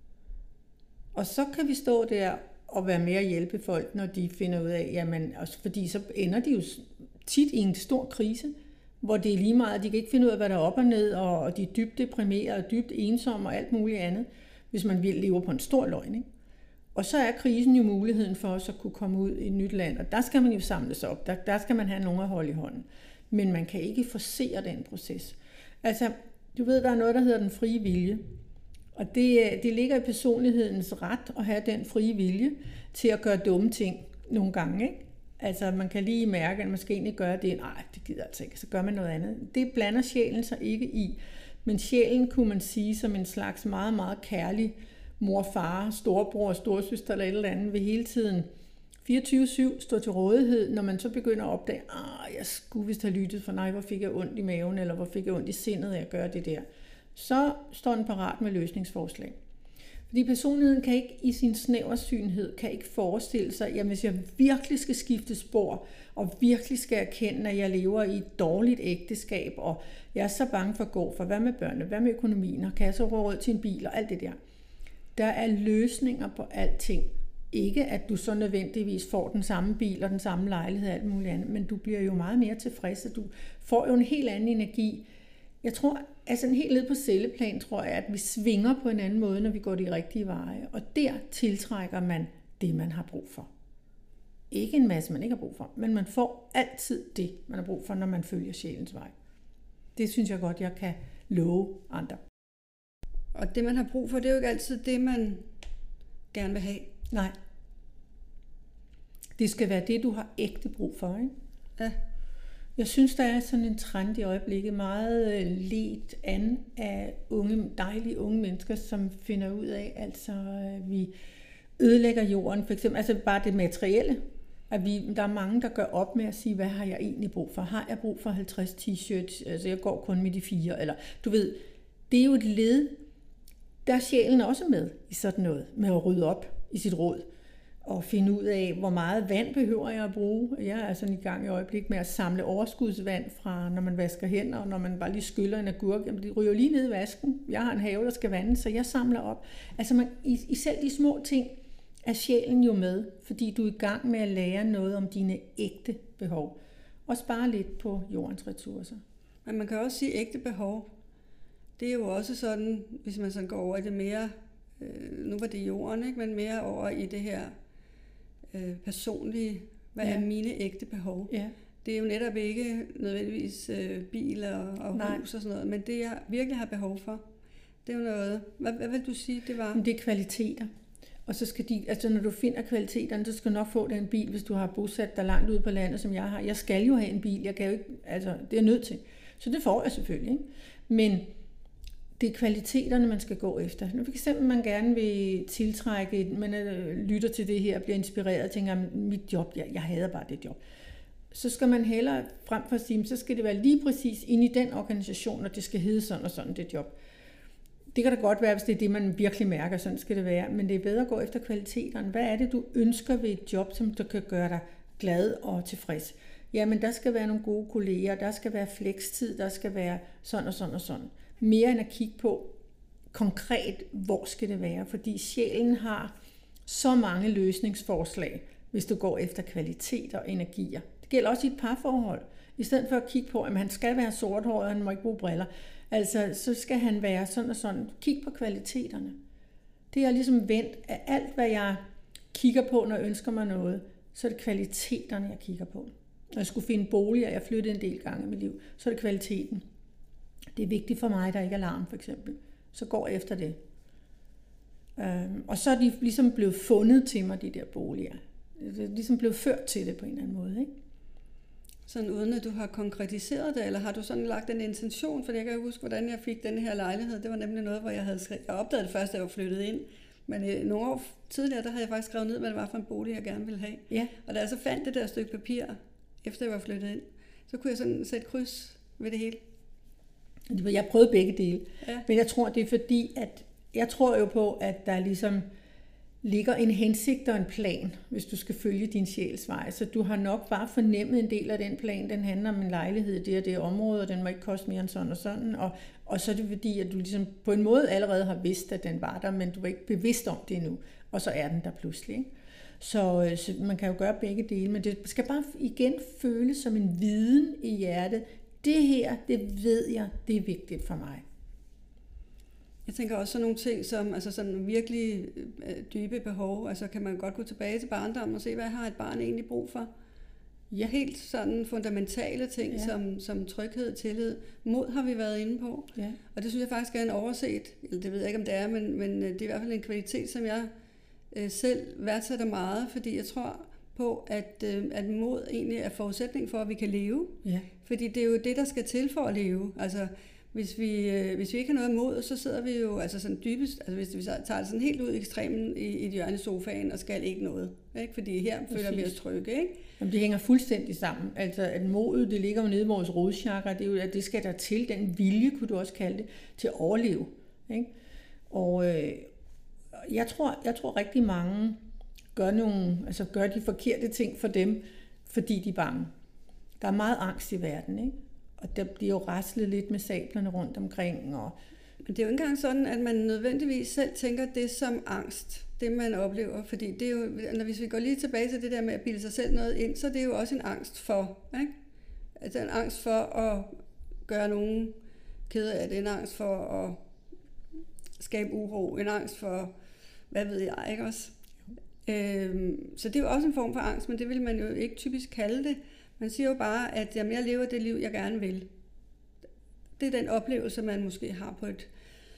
Og så kan vi stå der og være med at hjælpe folk, når de finder ud af, jamen, også fordi så ender de jo tit i en stor krise, hvor det er lige meget, at de kan ikke finde ud af, hvad der er op og ned, og de er dybt deprimerede, og dybt ensomme og alt muligt andet, hvis man lever på en stor løgn, ikke? Og så er krisen jo muligheden for os at kunne komme ud i et nyt land, og der skal man jo samles op, der, der skal man have nogen at holde i hånden. Men man kan ikke forcere den proces. Altså, du ved, der er noget, der hedder den frie vilje. Og det, det ligger i personlighedens ret at have den frie vilje til at gøre dumme ting nogle gange, ikke? Altså man kan lige mærke, at man skal egentlig gøre det. Nej, det gider altså ikke. Så gør man noget andet. Det blander sjælen sig ikke i. Men sjælen kunne man sige som en slags meget, meget kærlig mor, far, storebror, storesøster eller et eller andet, vil hele tiden fireogtyve syv stå til rådighed, når man så begynder at opdage, ah, jeg skulle vist have lyttet, for nej, hvor fik jeg ondt i maven, eller hvor fik jeg ondt i sindet af at gøre det der. Så står den parat med løsningsforslag. Fordi personligheden kan ikke i sin snæversynhed, kan ikke forestille sig, at hvis jeg virkelig skal skifte spor, og virkelig skal erkende, at jeg lever i et dårligt ægteskab, og jeg er så bange for at gå for, hvad med børnene, hvad med økonomien, og kan jeg så råde råd til en bil, og alt det der. Der er løsninger på alting. Ikke at du så nødvendigvis får den samme bil og den samme lejlighed og alt muligt andet, men du bliver jo meget mere tilfreds, og du får jo en helt anden energi. Jeg tror, altså en helt ned på celleplan, tror jeg, at vi svinger på en anden måde, når vi går de rigtige veje. Og der tiltrækker man det, man har brug for. Ikke en masse, man ikke har brug for, men man får altid det, man har brug for, når man følger sjælens vej. Det synes jeg godt, jeg kan love andre. Og det, man har brug for, det er jo ikke altid det, man gerne vil have. Nej. Det skal være det, du har ægte brug for, ikke? Ja. Jeg synes, der er sådan en trend i øjeblikket, meget ledt an af unge, dejlige unge mennesker, som finder ud af, altså vi ødelægger jorden, for eksempel, altså bare det materielle. At vi, der er mange, der gør op med at sige, hvad har jeg egentlig brug for? Har jeg brug for halvtreds t-shirts? Altså jeg går kun med de fire, eller du ved, det er jo et led, der er sjælen også med i sådan noget, med at rydde op i sit råd. Og finde ud af, hvor meget vand behøver jeg at bruge. Jeg er sådan i gang i øjeblik med at samle overskudsvand fra, når man vasker hænder, og når man bare lige skyller en agurk. Jamen, det ryger lige ned i vasken. Jeg har en have, der skal vandes, så jeg samler op. Altså man, i, i selv de små ting er sjælen jo med, fordi du er i gang med at lære noget om dine ægte behov. Og spare lidt på jordens ressourcer. Men man kan også sige ægte behov. Det er jo også sådan, hvis man sådan går over i det mere, øh, nu var det jorden, ikke? Men mere over i det her øh, personlige, hvad ja. er mine ægte behov? Ja. Det er jo netop ikke nødvendigvis øh, bil og, og hus og sådan noget, men det jeg virkelig har behov for, det er jo noget, hvad, hvad vil du sige, det var? Men det er kvaliteter. Og så skal de, altså når du finder kvaliteterne, så skal du nok få den bil, hvis du har bosat dig langt ude på landet, som jeg har. Jeg skal jo have en bil, jeg kan jo ikke, altså det er nødt til. Så det får jeg selvfølgelig, ikke? Men det er kvaliteterne, man skal gå efter. Nu for eksempel, man gerne vil tiltrække, man lytter til det her, bliver inspireret og tænker, mit job, jeg, jeg hader bare det job. Så skal man hellere frem for at sige, så skal det være lige præcis inde i den organisation, og det skal hedde sådan og sådan, det job. Det kan da godt være, hvis det er det, man virkelig mærker, sådan skal det være, men det er bedre at gå efter kvaliteterne. Hvad er det, du ønsker ved et job, som der kan gøre dig glad og tilfreds? Jamen, der skal være nogle gode kolleger, der skal være flekstid, der skal være sådan og sådan og sådan. Mere end at kigge på konkret, hvor skal det være, fordi sjælen har så mange løsningsforslag, hvis du går efter kvalitet og energier. Det gælder også i et parforhold. I stedet for at kigge på, at han skal være sorthåret, og han må ikke bruge briller, altså så skal han være sådan og sådan. Kig på kvaliteterne. Det er ligesom vendt af alt, hvad jeg kigger på, når jeg ønsker mig noget, så er det kvaliteterne, jeg kigger på. Når jeg skulle finde bolig, og jeg flyttede en del gange i mit liv, så er det kvaliteten. Det er vigtigt for mig, der ikke er alarm for eksempel. Så går jeg efter det. Øhm, og så er de ligesom blevet fundet til mig, de der boliger. Det er ligesom blevet ført til det på en eller anden måde, ikke? Sådan uden at du har konkretiseret det, eller har du sådan lagt en intention? For jeg kan jo huske, hvordan jeg fik den her lejlighed. Det var nemlig noget, hvor jeg havde skrevet. Jeg opdagede det først, da jeg var flyttet ind. Men øh, nogle år tidligere, der havde jeg faktisk skrevet ned, hvad det var for en bolig, jeg gerne ville have. Ja. Og da jeg så fandt det der stykke papir, efter jeg var flyttet ind, så kunne jeg sådan sætte kryds ved det hele. Jeg prøvede begge dele, ja. Men jeg tror, det er fordi, at jeg tror jo på, at der ligesom ligger en hensigt og en plan, hvis du skal følge din sjælsvej. Så du har nok bare fornemmet en del af den plan. Den handler om en lejlighed i det og det område, og den må ikke koste mere end sådan og sådan. Og, og så er det fordi, at du ligesom på en måde allerede har vidst, at den var der, men du er ikke bevidst om det endnu. Og så er den der pludselig, ikke? Så, så man kan jo gøre begge dele, men det skal bare igen føles som en viden i hjertet. Det her, det ved jeg, det er vigtigt for mig. Jeg tænker også sådan nogle ting som altså sådan virkelig øh, dybe behov. Altså kan man godt gå tilbage til barndommen og se, hvad har et barn egentlig brug for? Ja. Helt sådan fundamentale ting, ja. som, som tryghed, tillid, mod har vi været inde på. Ja. Og det synes jeg faktisk er en overset, eller det ved jeg ikke om det er, men, men det er i hvert fald en kvalitet, som jeg øh, selv værdsætter meget, fordi jeg tror på, at, øh, at mod egentlig er forudsætning for, at vi kan leve. Ja. Fordi det er jo det, der skal til for at leve. Altså hvis vi, øh, hvis vi ikke har noget mod, så sidder vi jo altså sådan dybest, altså hvis vi tager det sådan helt ud i ekstremen i, i et hjørne i sofaen og skal ikke noget, ikke? Fordi her Præcis. føler vi os trygge, ikke? Jamen, det hænger fuldstændig sammen. Altså at modet, det ligger jo nede i vores rodchakra, det er jo, at det skal der til, den vilje, kunne du også kalde det, til at overleve, ikke? Og, øh, jeg tror, jeg tror rigtig mange gør, nogle, altså gør de forkerte ting for dem, fordi de er bange. Der er meget angst i verden, ikke? Og der bliver jo raslet lidt med sablerne rundt omkring. Og Men det er jo ikke engang sådan, at man nødvendigvis selv tænker det som angst, det man oplever. Fordi det er jo, når hvis vi går lige tilbage til det der med at bilde sig selv noget ind, så det er jo også en angst for, ikke? Altså en angst for at gøre nogen kede af det, en angst for at skabe uro, en angst for, hvad ved jeg, ikke også? Øhm, så det er jo også en form for angst, men det vil man jo ikke typisk kalde det. Man siger jo bare, at jamen, jeg lever det liv, jeg gerne vil. Det er den oplevelse, man måske har på et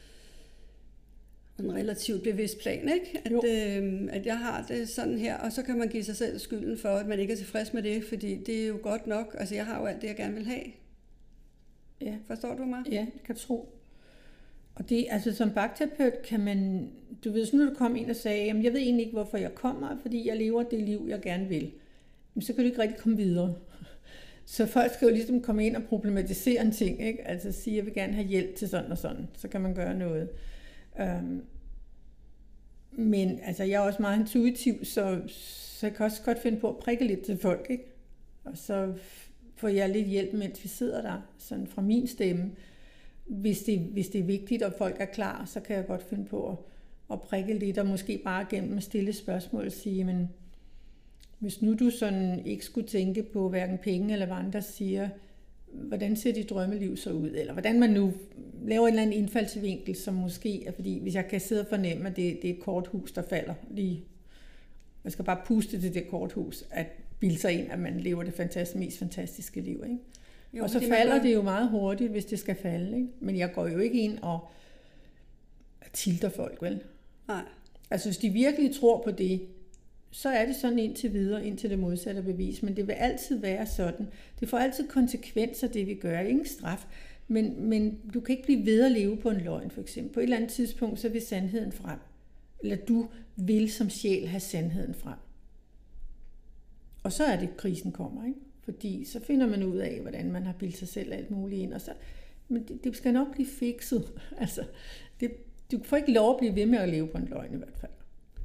en relativt bevidst plan, ikke? At, øh, at jeg har det sådan her, og så kan man give sig selv skylden for, at man ikke er tilfreds med det, fordi det er jo godt nok. Altså, jeg har jo alt det, jeg gerne vil have. Ja. Forstår du mig? Ja, det kan jeg tro. Og det, altså som bagterapeut kan man, du ved, sådan når du kom ind og sagde, jamen jeg ved egentlig ikke, hvorfor jeg kommer, fordi jeg lever det liv, jeg gerne vil. Men så kan du ikke rigtig komme videre. Så folk skal jo ligesom komme ind og problematisere en ting, ikke? Altså sige, jeg vil gerne have hjælp til sådan og sådan, så kan man gøre noget. Um, men altså jeg er også meget intuitiv, så, så jeg kan også godt finde på at prikke lidt til folk, ikke? Og så får jeg lidt hjælp, mens vi sidder der, sådan fra min stemme. Hvis det, hvis det er vigtigt, og folk er klar, så kan jeg godt finde på at, at prikke lidt, og måske bare gennem at stille spørgsmål og sige, men hvis nu du sådan ikke skulle tænke på hverken penge eller hvad andre siger, hvordan ser dit drømmeliv så ud? Eller hvordan man nu laver en eller anden indfaldsvinkel, som måske er, fordi hvis jeg kan sidde og fornemme, at det, det er et korthus, der falder lige. Jeg skal bare puste til det korthus, at bilde sig ind, at man lever det fantastiske, mest fantastiske liv, ikke? Jo, og så falder det jo meget hurtigt, hvis det skal falde, ikke? Men jeg går jo ikke ind og tilter folk, vel? Nej. Altså hvis de virkelig tror på det, så er det sådan indtil videre, indtil det modsatte bevis. Men det vil altid være sådan. Det får altid konsekvenser, det vi gør. Ingen straf. Men, men du kan ikke blive ved at leve på en løgn, for eksempel. På et eller andet tidspunkt, så vil sandheden frem. Eller du vil som sjæl have sandheden frem. Og så er det, krisen kommer, ikke? Fordi så finder man ud af, hvordan man har bildt sig selv alt muligt ind. Og så, men det, det skal nok blive fikset. Altså, det, du får ikke lov at blive ved med at leve på en løgn i hvert fald.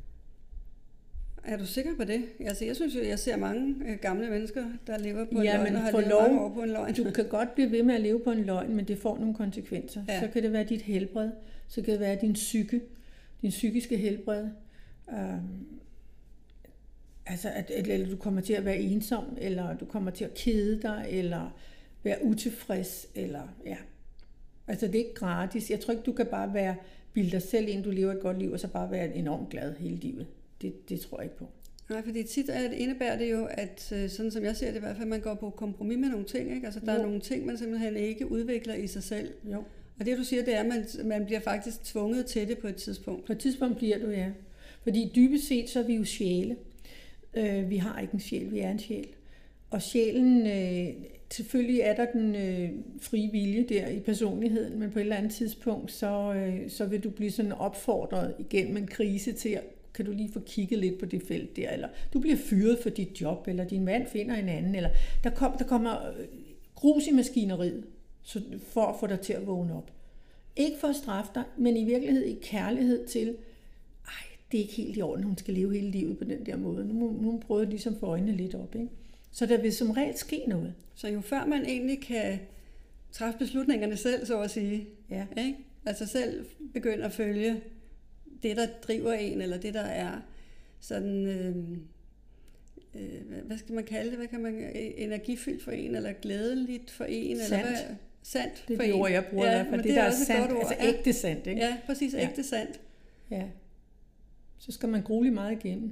Er du sikker på det? Altså, jeg synes jo, jeg ser mange øh, gamle mennesker, der lever på en ja, løgn og har levet lov, mange år på en løgn. Du kan godt blive ved med at leve på en løgn, men det får nogle konsekvenser. Ja. Så kan det være dit helbred, så kan det være din psyke, din psykiske helbred. Um, altså, at, eller du kommer til at være ensom, eller du kommer til at kede dig, eller være utilfreds, eller ja. Altså, det er ikke gratis. Jeg tror ikke, du kan bare være bilde dig selv ind, du lever et godt liv, og så bare være enormt glad hele livet. Det, det tror jeg ikke på. Nej, fordi tit at indebærer det jo, at sådan som jeg ser det i hvert fald, man går på kompromis med nogle ting, ikke? Altså der jo. er nogle ting, man simpelthen ikke udvikler i sig selv. Jo. Og det du siger, det er, at man, man bliver faktisk tvunget til det på et tidspunkt. På et tidspunkt bliver du, ja. Fordi dybest set, så er vi jo sjæle. Øh, vi har ikke en sjæl, vi er en sjæl. Og sjælen, øh, selvfølgelig er der den øh, frie vilje der i personligheden, men på et eller andet tidspunkt, så, øh, så vil du blive sådan opfordret igennem en krise til at kan du lige få kigget lidt på det felt der, eller du bliver fyret for dit job, eller din mand finder en anden, eller der, kom, der kommer grus i maskineriet, så for at få dig til at vågne op. Ikke for at straffe dig, men i virkelighed i kærlighed til, ej, det er ikke helt i orden, hun skal leve hele livet på den der måde. Nu må hun prøve at ligesom få øjnene lidt op, ikke? Så der vil som regel ske noget. Så jo før man egentlig kan træffe beslutningerne selv, så at sige, ja. Ikke? Altså selv begynde at følge det, der driver en, eller det, der er sådan, øh, øh, hvad skal man kalde det, hvad kan man, energifyldt for en, eller glædeligt for en, sandt. Eller hvad? Sandt det er for det en. ord, jeg bruger ja, i hvert fald. Det, det der er sandt, altså ægte sandt, ikke? Ja, præcis, ægte ja. sandt. Ja, så skal man grueligt meget igennem.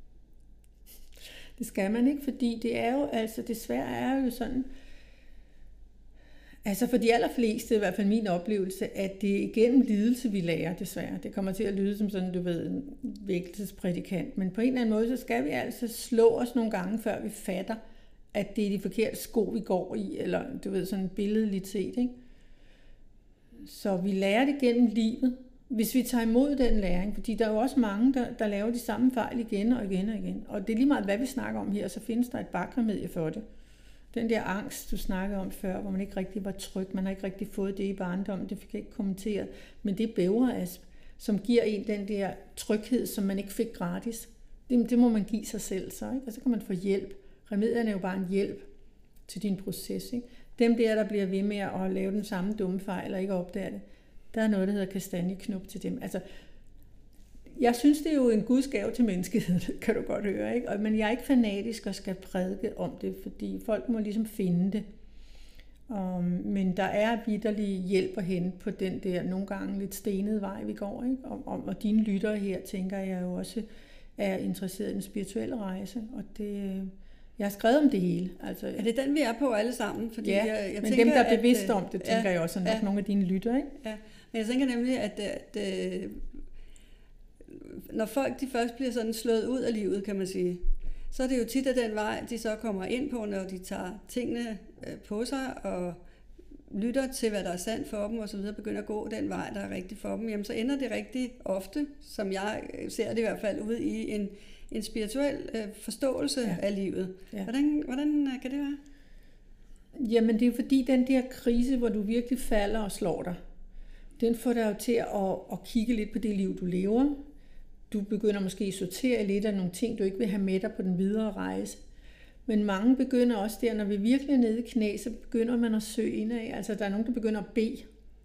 Det skal man ikke, fordi det er jo, altså desværre er jo sådan, altså for de allerfleste, i hvert fald min oplevelse, at det er igennem lidelse, vi lærer, desværre. Det kommer til at lyde som sådan, du ved, en vækkelsesprædikant. Men på en eller anden måde, så skal vi altså slå os nogle gange, før vi fatter, at det er de forkerte sko, vi går i, eller du ved, sådan billedligt set, ikke? Så vi lærer det gennem livet, hvis vi tager imod den læring. Fordi der er jo også mange, der, der laver de samme fejl igen og igen og igen. Og det er lige meget, hvad vi snakker om her, så findes der et bakremedie for det. Den der angst, du snakkede om før, hvor man ikke rigtig var tryg, man har ikke rigtig fået det i barndommen, det fik jeg ikke kommenteret, men det er bæverasp. som giver en den der tryghed, som man ikke fik gratis. Det, det må man give sig selv så, ikke? Og så kan man få hjælp. Remedierne er jo bare en hjælp til din proces, ikke? Dem der, der bliver ved med at lave den samme dumme fejl og ikke opdager det, der er noget, der hedder kastanjeknop til dem. Altså, jeg synes, det er jo en Guds gave til menneskeheden, kan du godt høre, ikke? Men jeg er ikke fanatisk og skal prædike om det, fordi folk må ligesom finde det. Um, men der er vitterlig hjælp at hente på den der nogle gange lidt stenede vej, vi går, ikke? Og, og, og dine lyttere her, tænker jeg jo også, er interesseret i den spirituelle rejse, og det... Jeg har skrevet om det hele. Altså, er det den, vi er på alle sammen? Fordi ja, jeg, jeg men tænker, dem, der er at, bevidste om det, tænker ja, jeg også, er nok ja, nogle af dine lytter, ikke? Ja, men jeg tænker nemlig, at, at, at når folk de først bliver sådan slået ud af livet, kan man sige, så er det jo tit af den vej, de så kommer ind på, når de tager tingene på sig og lytter til, hvad der er sandt for dem, og så videre, begynder at gå den vej, der er rigtigt for dem, jamen så ender det rigtig ofte, som jeg ser det i hvert fald, ude i en en spirituel øh, forståelse ja. af livet. Ja. Hvordan, hvordan kan det være? Jamen det er fordi den der krise, hvor du virkelig falder og slår dig, den får dig jo til at, at kigge lidt på det liv, du lever. Du begynder måske at sortere lidt af nogle ting, du ikke vil have med dig på den videre rejse. Men mange begynder også der, når vi virkelig er nede i knæ, så begynder man at søge indad. Altså der er nogen, der begynder at bede.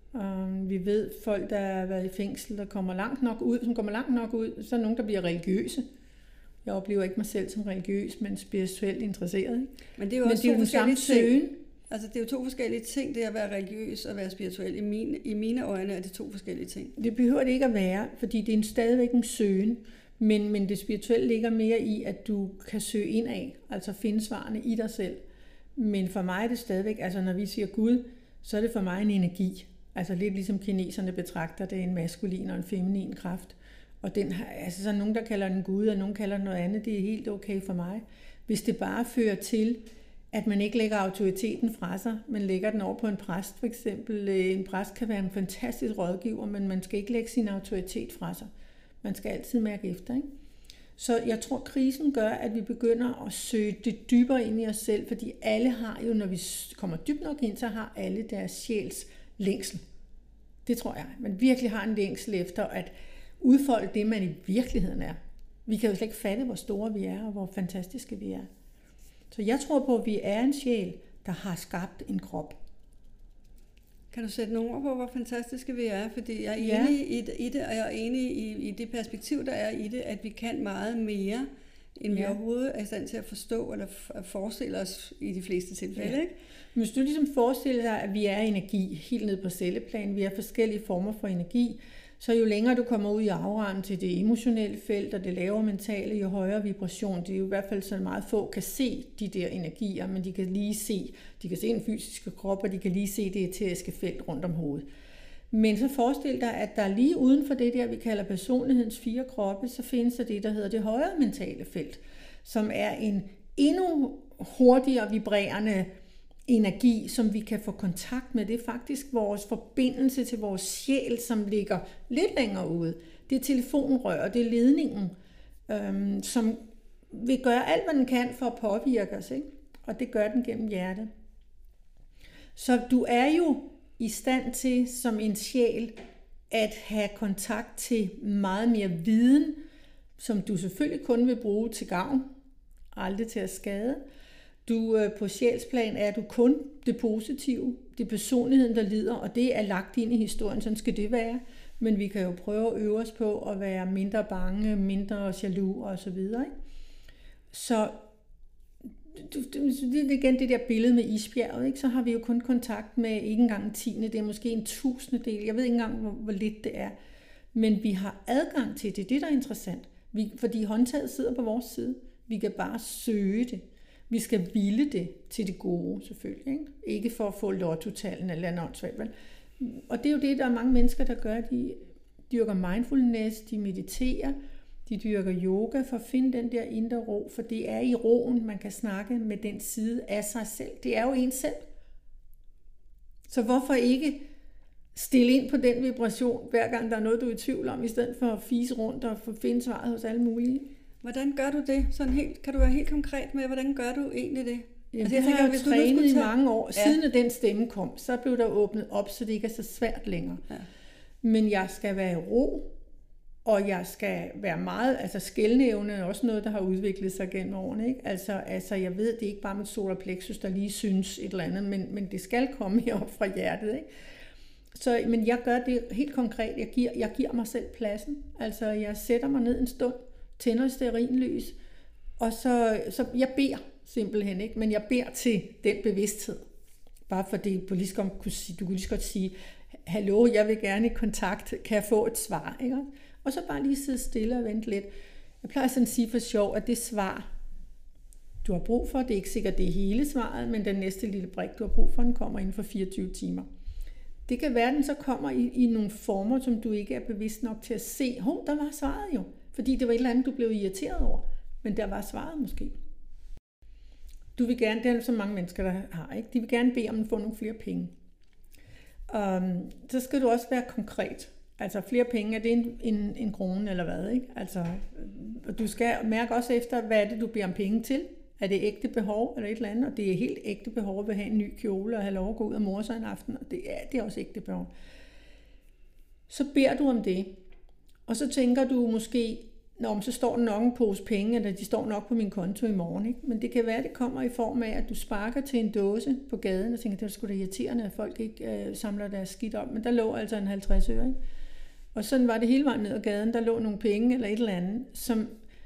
Um, vi ved, folk, der har været i fængsel, der kommer langt nok ud, som kommer langt nok ud, så er nogen, der bliver religiøse. Jeg oplever ikke mig selv som religiøs, men spirituelt interesseret. Ikke? Men det er jo men også det er jo den samme søgen. Altså det er jo to forskellige ting, det at være religiøs og være spirituel. I mine, I mine øjne er det to forskellige ting. Det behøver det ikke at være, fordi det er stadigvæk en søgen. Men, men det spirituelle ligger mere i, at du kan søge indad, altså finde svarene i dig selv. Men for mig er det stadigvæk, altså når vi siger Gud, så er det for mig en energi. Altså lidt ligesom kineserne betragter det, en maskulin og en feminin kraft. Og den har, altså så er nogen, der kalder den Gud, og nogen kalder den noget andet. Det er helt okay for mig. Hvis det bare fører til, at man ikke lægger autoriteten fra sig, men lægger den over på en præst for eksempel. En præst kan være en fantastisk rådgiver, men man skal ikke lægge sin autoritet fra sig. Man skal altid mærke efter, ikke? Så jeg tror, krisen gør, at vi begynder at søge det dybere ind i os selv, fordi alle har jo, når vi kommer dybt nok ind, så har alle deres sjæls længsel. Det tror jeg. Man virkelig har en længsel efter at udfolde det, man i virkeligheden er. Vi kan jo slet ikke fatte, hvor store vi er, og hvor fantastiske vi er. Så jeg tror på, at vi er en sjæl, der har skabt en krop. Kan du sætte nogle ord på, hvor fantastiske vi er? Fordi jeg er ja. enig i det, i det, og jeg er enig i, i det perspektiv, der er i det, at vi kan meget mere, end ja. vi overhovedet er i stand til at forstå eller at forestille os i de fleste tilfælde. Ja. Ikke? Hvis du ligesom forestiller dig, at vi er energi helt ned på celleplan, vi er forskellige former for energi, så jo længere du kommer ud i auraen til det emotionelle felt og det lavere mentale, jo højere vibration. Det er jo i hvert fald så meget få kan se de der energier, men de kan lige se, de kan se en fysiske krop, og de kan lige se det eteriske felt rundt om hovedet. Men så forestil dig, at der lige uden for det der, vi kalder personlighedens fire kroppe, så findes der det, der hedder det højere mentale felt, som er en endnu hurtigere vibrerende energi, som vi kan få kontakt med. Det er faktisk vores forbindelse til vores sjæl, som ligger lidt længere ude. Det er telefonrør, det er ledningen, øhm, som vil gøre alt, hvad den kan for at påvirke os, ikke? Og det gør den gennem hjertet. Så du er jo i stand til, som en sjæl, at have kontakt til meget mere viden, som du selvfølgelig kun vil bruge til gavn, aldrig til at skade. Du, på sjælsplan er du kun det positive, det er personligheden, der lider, og det er lagt ind i historien, sådan skal det være. Men vi kan jo prøve at øve os på at være mindre bange, mindre jaloux og så videre. Ikke? Så det er igen det der billede med isbjerget, ikke? Så har vi jo kun kontakt med ikke engang en tiende, det er måske en tusindedel, jeg ved ikke engang, hvor, hvor lidt det er. Men vi har adgang til det, det er det, der er interessant. Vi, fordi håndtaget sidder på vores side. Vi kan bare søge det. Vi skal ville det til det gode, selvfølgelig. Ikke, ikke for at få lotto-tallene eller noget åndssvagt. Og det er jo det, der er mange mennesker, der gør. De dyrker mindfulness, de mediterer, de dyrker yoga for at finde den der indre ro. For det er i roen, man kan snakke med den side af sig selv. Det er jo en selv. Så hvorfor ikke stille ind på den vibration, hver gang der er noget, du er i tvivl om, i stedet for at fise rundt og finde svaret hos alle mulige? Hvordan gør du det? Sådan helt, kan du være helt konkret med, hvordan gør du egentlig det? Jamen, altså, jeg tænker, hvis du trænet tage... i mange år. Ja. Siden den stemme kom, så blev der åbnet op, så det ikke er så svært længere. Ja. Men jeg skal være i ro, Og jeg skal være meget, altså skældnævne er også noget, der har udviklet sig gennem årene. Ikke? Altså, altså jeg ved, det er ikke bare mit solar plexus, der lige synes et eller andet, men, men det skal komme herop fra hjertet. Ikke? Så, men jeg gør det helt konkret. Jeg giver, jeg giver mig selv pladsen. Altså jeg sætter mig ned en stund, tænder stearinlys, og så, så jeg beder simpelthen, ikke? Men jeg beder til den bevidsthed. Bare fordi du lige skal kunne sige, du kunne lige godt sige, hallo, jeg vil gerne i kontakt, kan jeg få et svar? Ikke? Og så bare lige sidde stille og vente lidt. Jeg plejer sådan at sige for sjov, at det svar, du har brug for, det er ikke sikkert det er hele svaret, men den næste lille brik, du har brug for, den kommer inden for fireogtyve timer. Det kan være, at den så kommer i, i nogle former, som du ikke er bevidst nok til at se. Hov, der var svaret jo. Fordi det var et eller andet, du blev irriteret over. Men der var svaret måske. Du vil gerne, det er så mange mennesker, der har, ikke? De vil gerne bede om at få nogle flere penge. Um, så skal du også være konkret. Altså flere penge, er det en, en, en krone eller hvad, ikke? Altså, du skal mærke også efter, hvad er det, du beder om penge til. Er det ægte behov eller et eller andet? Og det er helt ægte behov at have en ny kjole og have lov at gå ud og more sig en aften. Og det er, det er også ægte behov. Så beder du om det. Og så tænker du måske, nå, så står der nok en pose penge, eller de står nok på min konto i morgen. Ikke? Men det kan være, at det kommer i form af, at du sparker til en dåse på gaden, og tænker, det er sgu da irriterende, at folk ikke øh, samler deres skidt op. Men der lå altså en halvtreds øre. Ikke? Og sådan var det hele vejen ned ad gaden. Der lå nogle penge eller et eller andet, som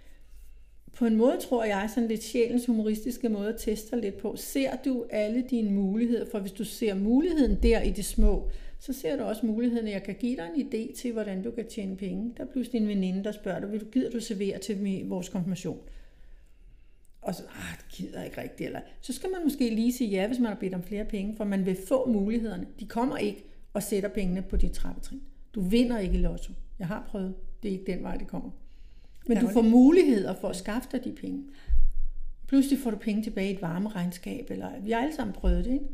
på en måde, tror jeg, sådan lidt sjælens humoristiske måde at teste lidt på. Ser du alle dine muligheder? For hvis du ser muligheden der i det små, så ser du også muligheden, at jeg kan give dig en idé til, hvordan du kan tjene penge. Der er pludselig en veninde, der spørger dig, vil du gider du servere til vores konfirmation? Og så, ah, det gider jeg ikke rigtigt. Eller, så skal man måske lige sige ja, hvis man har bedt om flere penge, for man vil få mulighederne. De kommer ikke og sætter pengene på dit trappetrin. Du vinder ikke i lotto. Jeg har prøvet. Det er ikke den vej, det kommer. Men du får muligheder for at skaffe dig de penge. Pludselig får du penge tilbage i et varmeregnskab, eller vi har alle sammen prøvet det, ikke?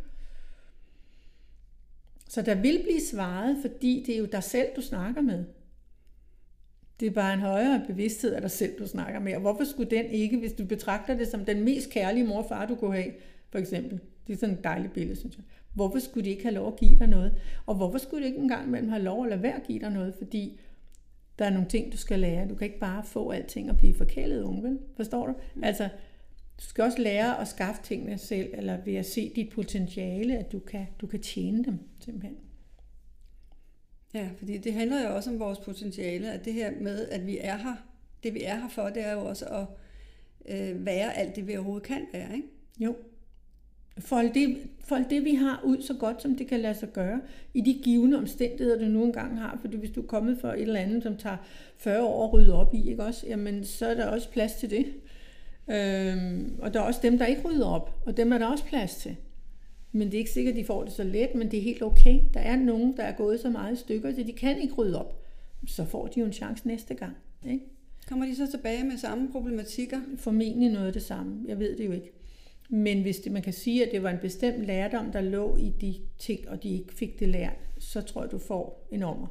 Så der vil blive svaret, fordi det er jo dig selv, du snakker med. Det er bare en højere bevidsthed af dig selv, du snakker med. Og hvorfor skulle den ikke, hvis du betragter det som den mest kærlige mor og far, du kunne have, for eksempel. Det er sådan et dejligt billede, synes jeg. Hvorfor skulle de ikke have lov at give dig noget? Og hvorfor skulle de ikke engang imellem have lov at lade være at give dig noget? Fordi der er nogle ting, du skal lære. Du kan ikke bare få alting og blive forkælet unge, vel? Forstår du? Altså, du skal også lære at skaffe tingene selv, eller ved at se dit potentiale, at du kan, du kan tjene dem, simpelthen. Ja, fordi det handler jo også om vores potentiale, at det her med, at vi er her, det vi er her for, det er jo også at øh, være alt det, vi overhovedet kan være, ikke? Jo. Fold det, fold det, vi har ud så godt, som det kan lade sig gøre, i de givende omstændigheder, du nu engang har. Fordi hvis du er kommet for et eller andet, som tager fyrre år at rydde op i, ikke også? Jamen, så er der også plads til det. Øhm, og der er også dem, der ikke rydder op, og dem er der også plads til. Men det er ikke sikkert, at de får det så let, men det er helt okay. Der er nogen, der er gået så meget i stykker, så de kan ikke rydde op. Så får de jo en chance næste gang. Ikke? Kommer de så tilbage med samme problematikker? Formentlig noget af det samme. Jeg ved det jo ikke. Men hvis det, man kan sige, at det var en bestemt lærdom, der lå i de ting, og de ikke fik det lært, så tror jeg, du får en ommer.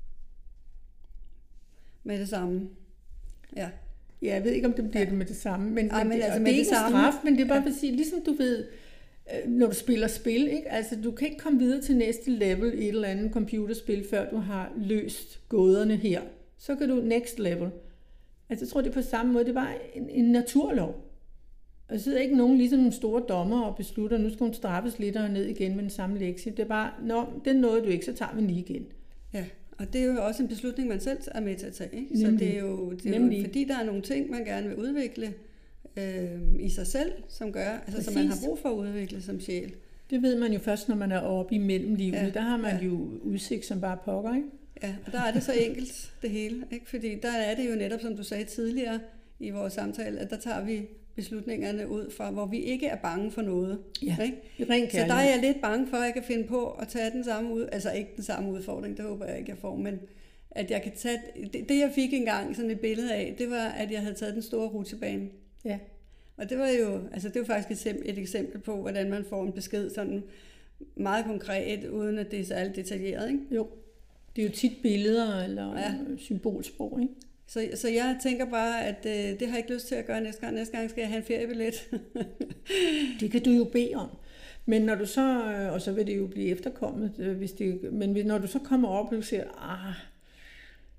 Med det samme? Ja. Ja, jeg ved ikke, om det bliver ja. det med det samme, men, Ej, men, men det, altså det er ikke det en straf, men det er bare for at sige, ligesom du ved, når du spiller spil, ikke? Altså, du kan ikke komme videre til næste level i et eller andet computerspil, før du har løst gåderne her. Så kan du next level. Altså, jeg tror, det er på samme måde. Det er bare en, en naturlov. Og der sidder ikke nogen ligesom en store dommer og beslutter, nu skal hun straffes lidt og ned igen med den samme lektie. Det er bare, nå, det er noget, du ikke, så tager vi lige igen. Ja, og det er jo også en beslutning, man selv er med til at tage. Ikke? Så det er jo, det er jo fordi, der er nogle ting, man gerne vil udvikle øh, i sig selv, som gør, altså, som man har brug for at udvikle som sjæl. Det ved man jo først, når man er oppe i mellemlivet. Ja, der har man ja. jo udsigt som bare pokker, ikke? Ja, og der er det så enkelt, det hele. Ikke? Fordi der er det jo netop, som du sagde tidligere i vores samtale, at der tager vi beslutningerne ud fra, hvor vi ikke er bange for noget. Ja, ikke? Så der er jeg lidt bange for, at jeg kan finde på at tage den samme ud, altså ikke den samme udfordring, det håber jeg ikke, jeg får, men at jeg kan tage, det, det jeg fik engang sådan et billede af, det var, at jeg havde taget den store rutsjebane. Ja. Og det var jo, altså det var faktisk et, et eksempel på, hvordan man får en besked sådan meget konkret, uden at det er særligt detaljeret, ikke? Jo, det er jo tit billeder eller ja. symbolsprog, ikke? Så, så jeg tænker bare, at øh, det har jeg ikke lyst til at gøre næste gang. Næste gang skal jeg have en feriebillet. Det kan du jo bede om. Men når du så, og så vil det jo blive efterkommet, hvis det, men når du så kommer op og siger, ah,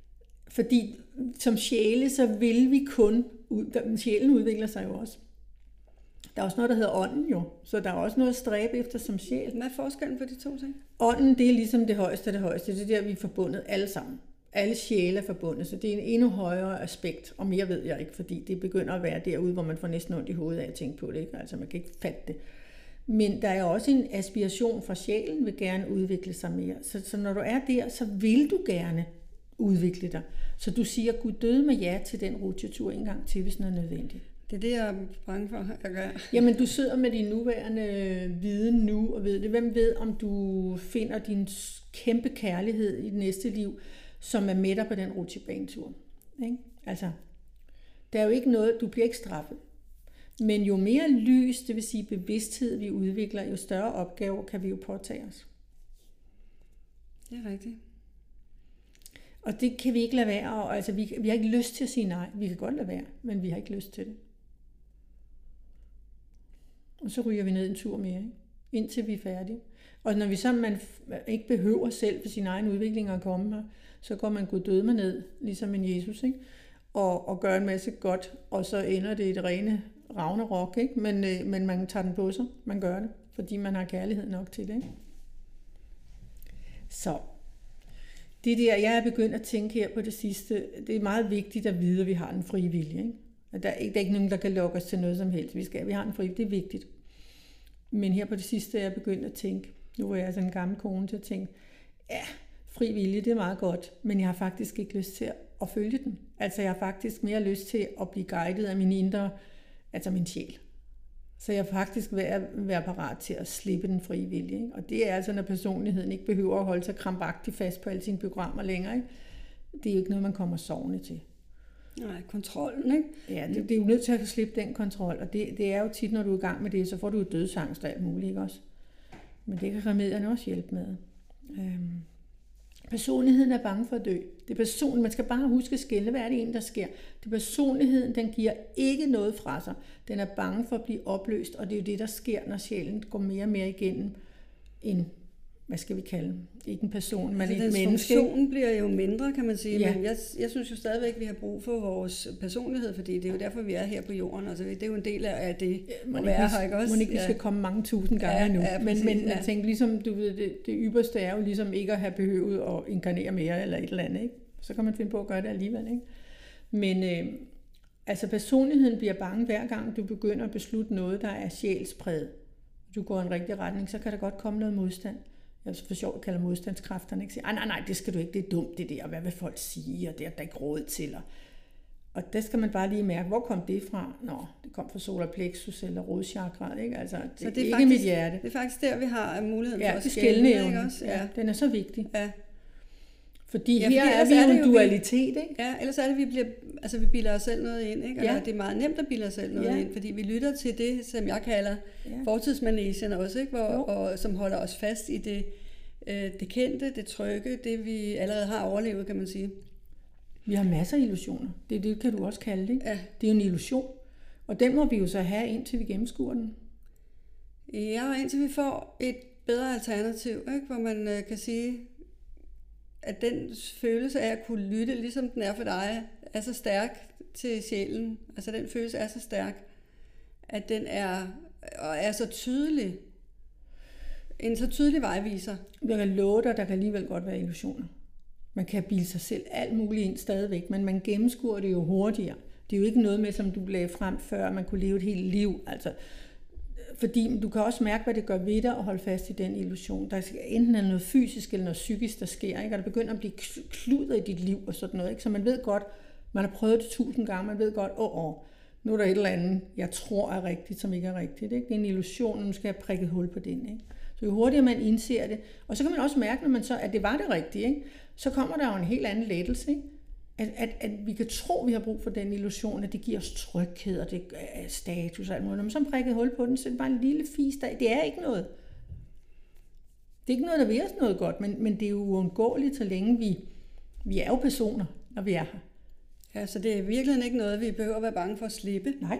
Fordi som sjæle, så vil vi kun, sjælen udvikler sig jo også. Der er også noget, der hedder ånden jo, så der er også noget at stræbe efter som sjæl. Hvad er forskellen på de to ting? Ånden, det er ligesom det højeste af det højeste, det er der, vi er forbundet alle sammen. Alle sjæle er forbundet, så det er en endnu højere aspekt, og mere ved jeg ikke, fordi det begynder at være derude, hvor man får næsten ondt i hovedet af at tænke på det, ikke? Altså man kan ikke fatte det. Men der er også en aspiration fra sjælen, vil gerne udvikle sig mere. Så, så når du er der, så vil du gerne udvikle dig. Så du siger, Gud døde med ja til den rutsjetur en gang til, hvis den er nødvendig. Det er det, jeg er bange for, jeg gør. Jamen, du sidder med din nuværende viden nu, og ved det. Hvem ved, om du finder din kæmpe kærlighed i det næste liv, som er med dig på den rutsjebanetur. Ikke? Altså, der er jo ikke noget, du bliver ikke straffet. Men jo mere lys, det vil sige bevidsthed, vi udvikler, jo større opgaver kan vi jo påtage os. Det er rigtigt. Og det kan vi ikke lade være. Og, altså, vi, vi har ikke lyst til at sige nej. Vi kan godt lade være, men vi har ikke lyst til det. Og så ryger vi ned en tur mere, ikke? Indtil vi er færdige. Og når vi så man ikke behøver selv for sin egen udvikling at komme her, så går man Gud døde med ned, ligesom en Jesus, ikke? Og, og gør en masse godt, og så ender det i det rene ragnarok, ikke? Men, øh, men man tager den på sig, man gør det, fordi man har kærlighed nok til det, ikke? Så det der, jeg er begyndt at tænke her på det sidste, det er meget vigtigt at vide, at vi har en fri vilje, ikke? At der, er ikke, der er ikke nogen, der kan lokke os til noget som helst. Vi skal, vi har en fri, det er vigtigt. Men her på det sidste er jeg begyndt at tænke, nu er jeg sådan en gammel kone til at tænke, ja, fri vilje, det er meget godt, men jeg har faktisk ikke lyst til at følge den. Altså jeg har faktisk mere lyst til at blive guidet af min indre, altså min sjæl. Så jeg er faktisk ved at være parat til at slippe den frie vilje. Ikke? Og det er altså, når personligheden ikke behøver at holde sig krampagtigt fast på alle sine programmer længere. Ikke? Det er jo ikke noget, man kommer sovende til. Nej, kontrollen, ikke? Ja, det, det er jo nødt til at slippe den kontrol. Og det, det er jo tit, når du er i gang med det, så får du jo dødsangst og alt muligt, ikke også? Men det kan remedierne også hjælpe med. Øhm. Personligheden er bange for at dø. Det er person, man skal bare huske at skelne, hvad er det en, der sker. Det er personligheden, den giver ikke noget fra sig. Den er bange for at blive opløst, og det er jo det, der sker, når sjælen går mere og mere igennem en, hvad skal vi kalde ikke en person, men altså, et menneske. Funktionen bliver jo mindre, kan man sige, ja. Men jeg, jeg synes jo stadigvæk, at vi har brug for vores personlighed, fordi det er jo derfor, vi er her på jorden. Altså, det er jo en del af det, ja, at være her, ikke også? Man ikke, vi skal ja. komme mange tusind gange ja, nu. Ja, men men ja. jeg tænker, ligesom, du ved, det, det ypperste er jo ligesom ikke at have behøvet at inkarnere mere eller et eller andet, ikke? Så kan man finde på at gøre det alligevel, ikke? Men øh, altså personligheden bliver bange hver gang, du begynder at beslutte noget, der er sjælspræget. Du går i en rigtig retning, så kan der godt komme noget modstand. Jeg er så for sjovt at kalde modstandskræfterne, ikke? Sige, nej, nej, nej, det skal du ikke, det er dumt det der, hvad vil folk sige, og det er der ikke råd til. Og, og der skal man bare lige mærke, hvor kom det fra? Nå, det kom fra solar plexus eller rodchakra, ikke? Altså, det, så det er ikke faktisk, mit hjerte. Det er faktisk der, vi har muligheden ja, for at skelne, ikke også? Ja. ja, den er så vigtig. Ja. Fordi ja, her fordi er vi jo en jo, dualitet, ikke? Ja, ellers er det, vi bliver, altså vi bilder os selv noget ind, ikke? Ja. Og det er meget nemt at bilde os selv noget ja. ind, fordi vi lytter til det, som jeg kalder ja. fortidsmanagen også, ikke? Hvor, og, som holder os fast i det, det kendte, det trygge, det vi allerede har overlevet, kan man sige. Vi har masser af illusioner. Det, det kan du også kalde det. Ja. Det er jo en illusion. Og den må vi jo så have, indtil vi gennemskuer den. Ja, og indtil vi får et bedre alternativ, ikke? Hvor man øh, kan sige, at den følelse af at kunne lytte, ligesom den er for dig, er så stærk til sjælen. Altså den følelse er så stærk, at den er, og er så tydelig. En så tydelig vejviser. Jeg kan love dig, der kan alligevel godt være illusioner. Man kan bilde sig selv alt muligt ind stadigvæk, men man gennemskuer det jo hurtigere. Det er jo ikke noget med, som du lagde frem før, at man kunne leve et helt liv. Altså, fordi du kan også mærke, hvad det gør ved dig at holde fast i den illusion. Der er enten noget fysisk eller noget psykisk, der sker, ikke? Og der begynder at blive kludret i dit liv og sådan noget. Ikke? Så man ved godt, man har prøvet det tusind gange, man ved godt, åh, åh, nu er der et eller andet, jeg tror er rigtigt, som ikke er rigtigt. Ikke? Det er en illusion, og nu skal jeg prikke hul på den. Ikke? Så jo hurtigere man indser det, og så kan man også mærke, når man så, at det var det rigtige, ikke? Så kommer der jo en helt anden lettelse, ikke? At, at, at vi kan tro, at vi har brug for den illusion, at det giver os tryghed, og det er status og alt muligt. Når man så prikker hul på den, så er det bare en lille fis der. Det er ikke noget. Det er ikke noget, der vil os noget godt, men, men det er jo uundgåeligt, så længe vi, vi er jo personer, når vi er her. Ja, så det er virkelig ikke noget, vi behøver at være bange for at slippe. Nej.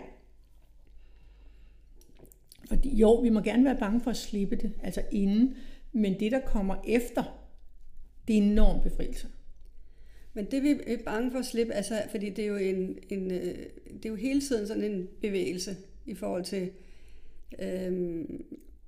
Fordi, jo, vi må gerne være bange for at slippe det, altså inden, men det, der kommer efter, det er enorm befrielse. Men det vi er bange for at slippe, altså, fordi det er jo en, en det er jo hele tiden sådan en bevægelse i forhold til, øhm,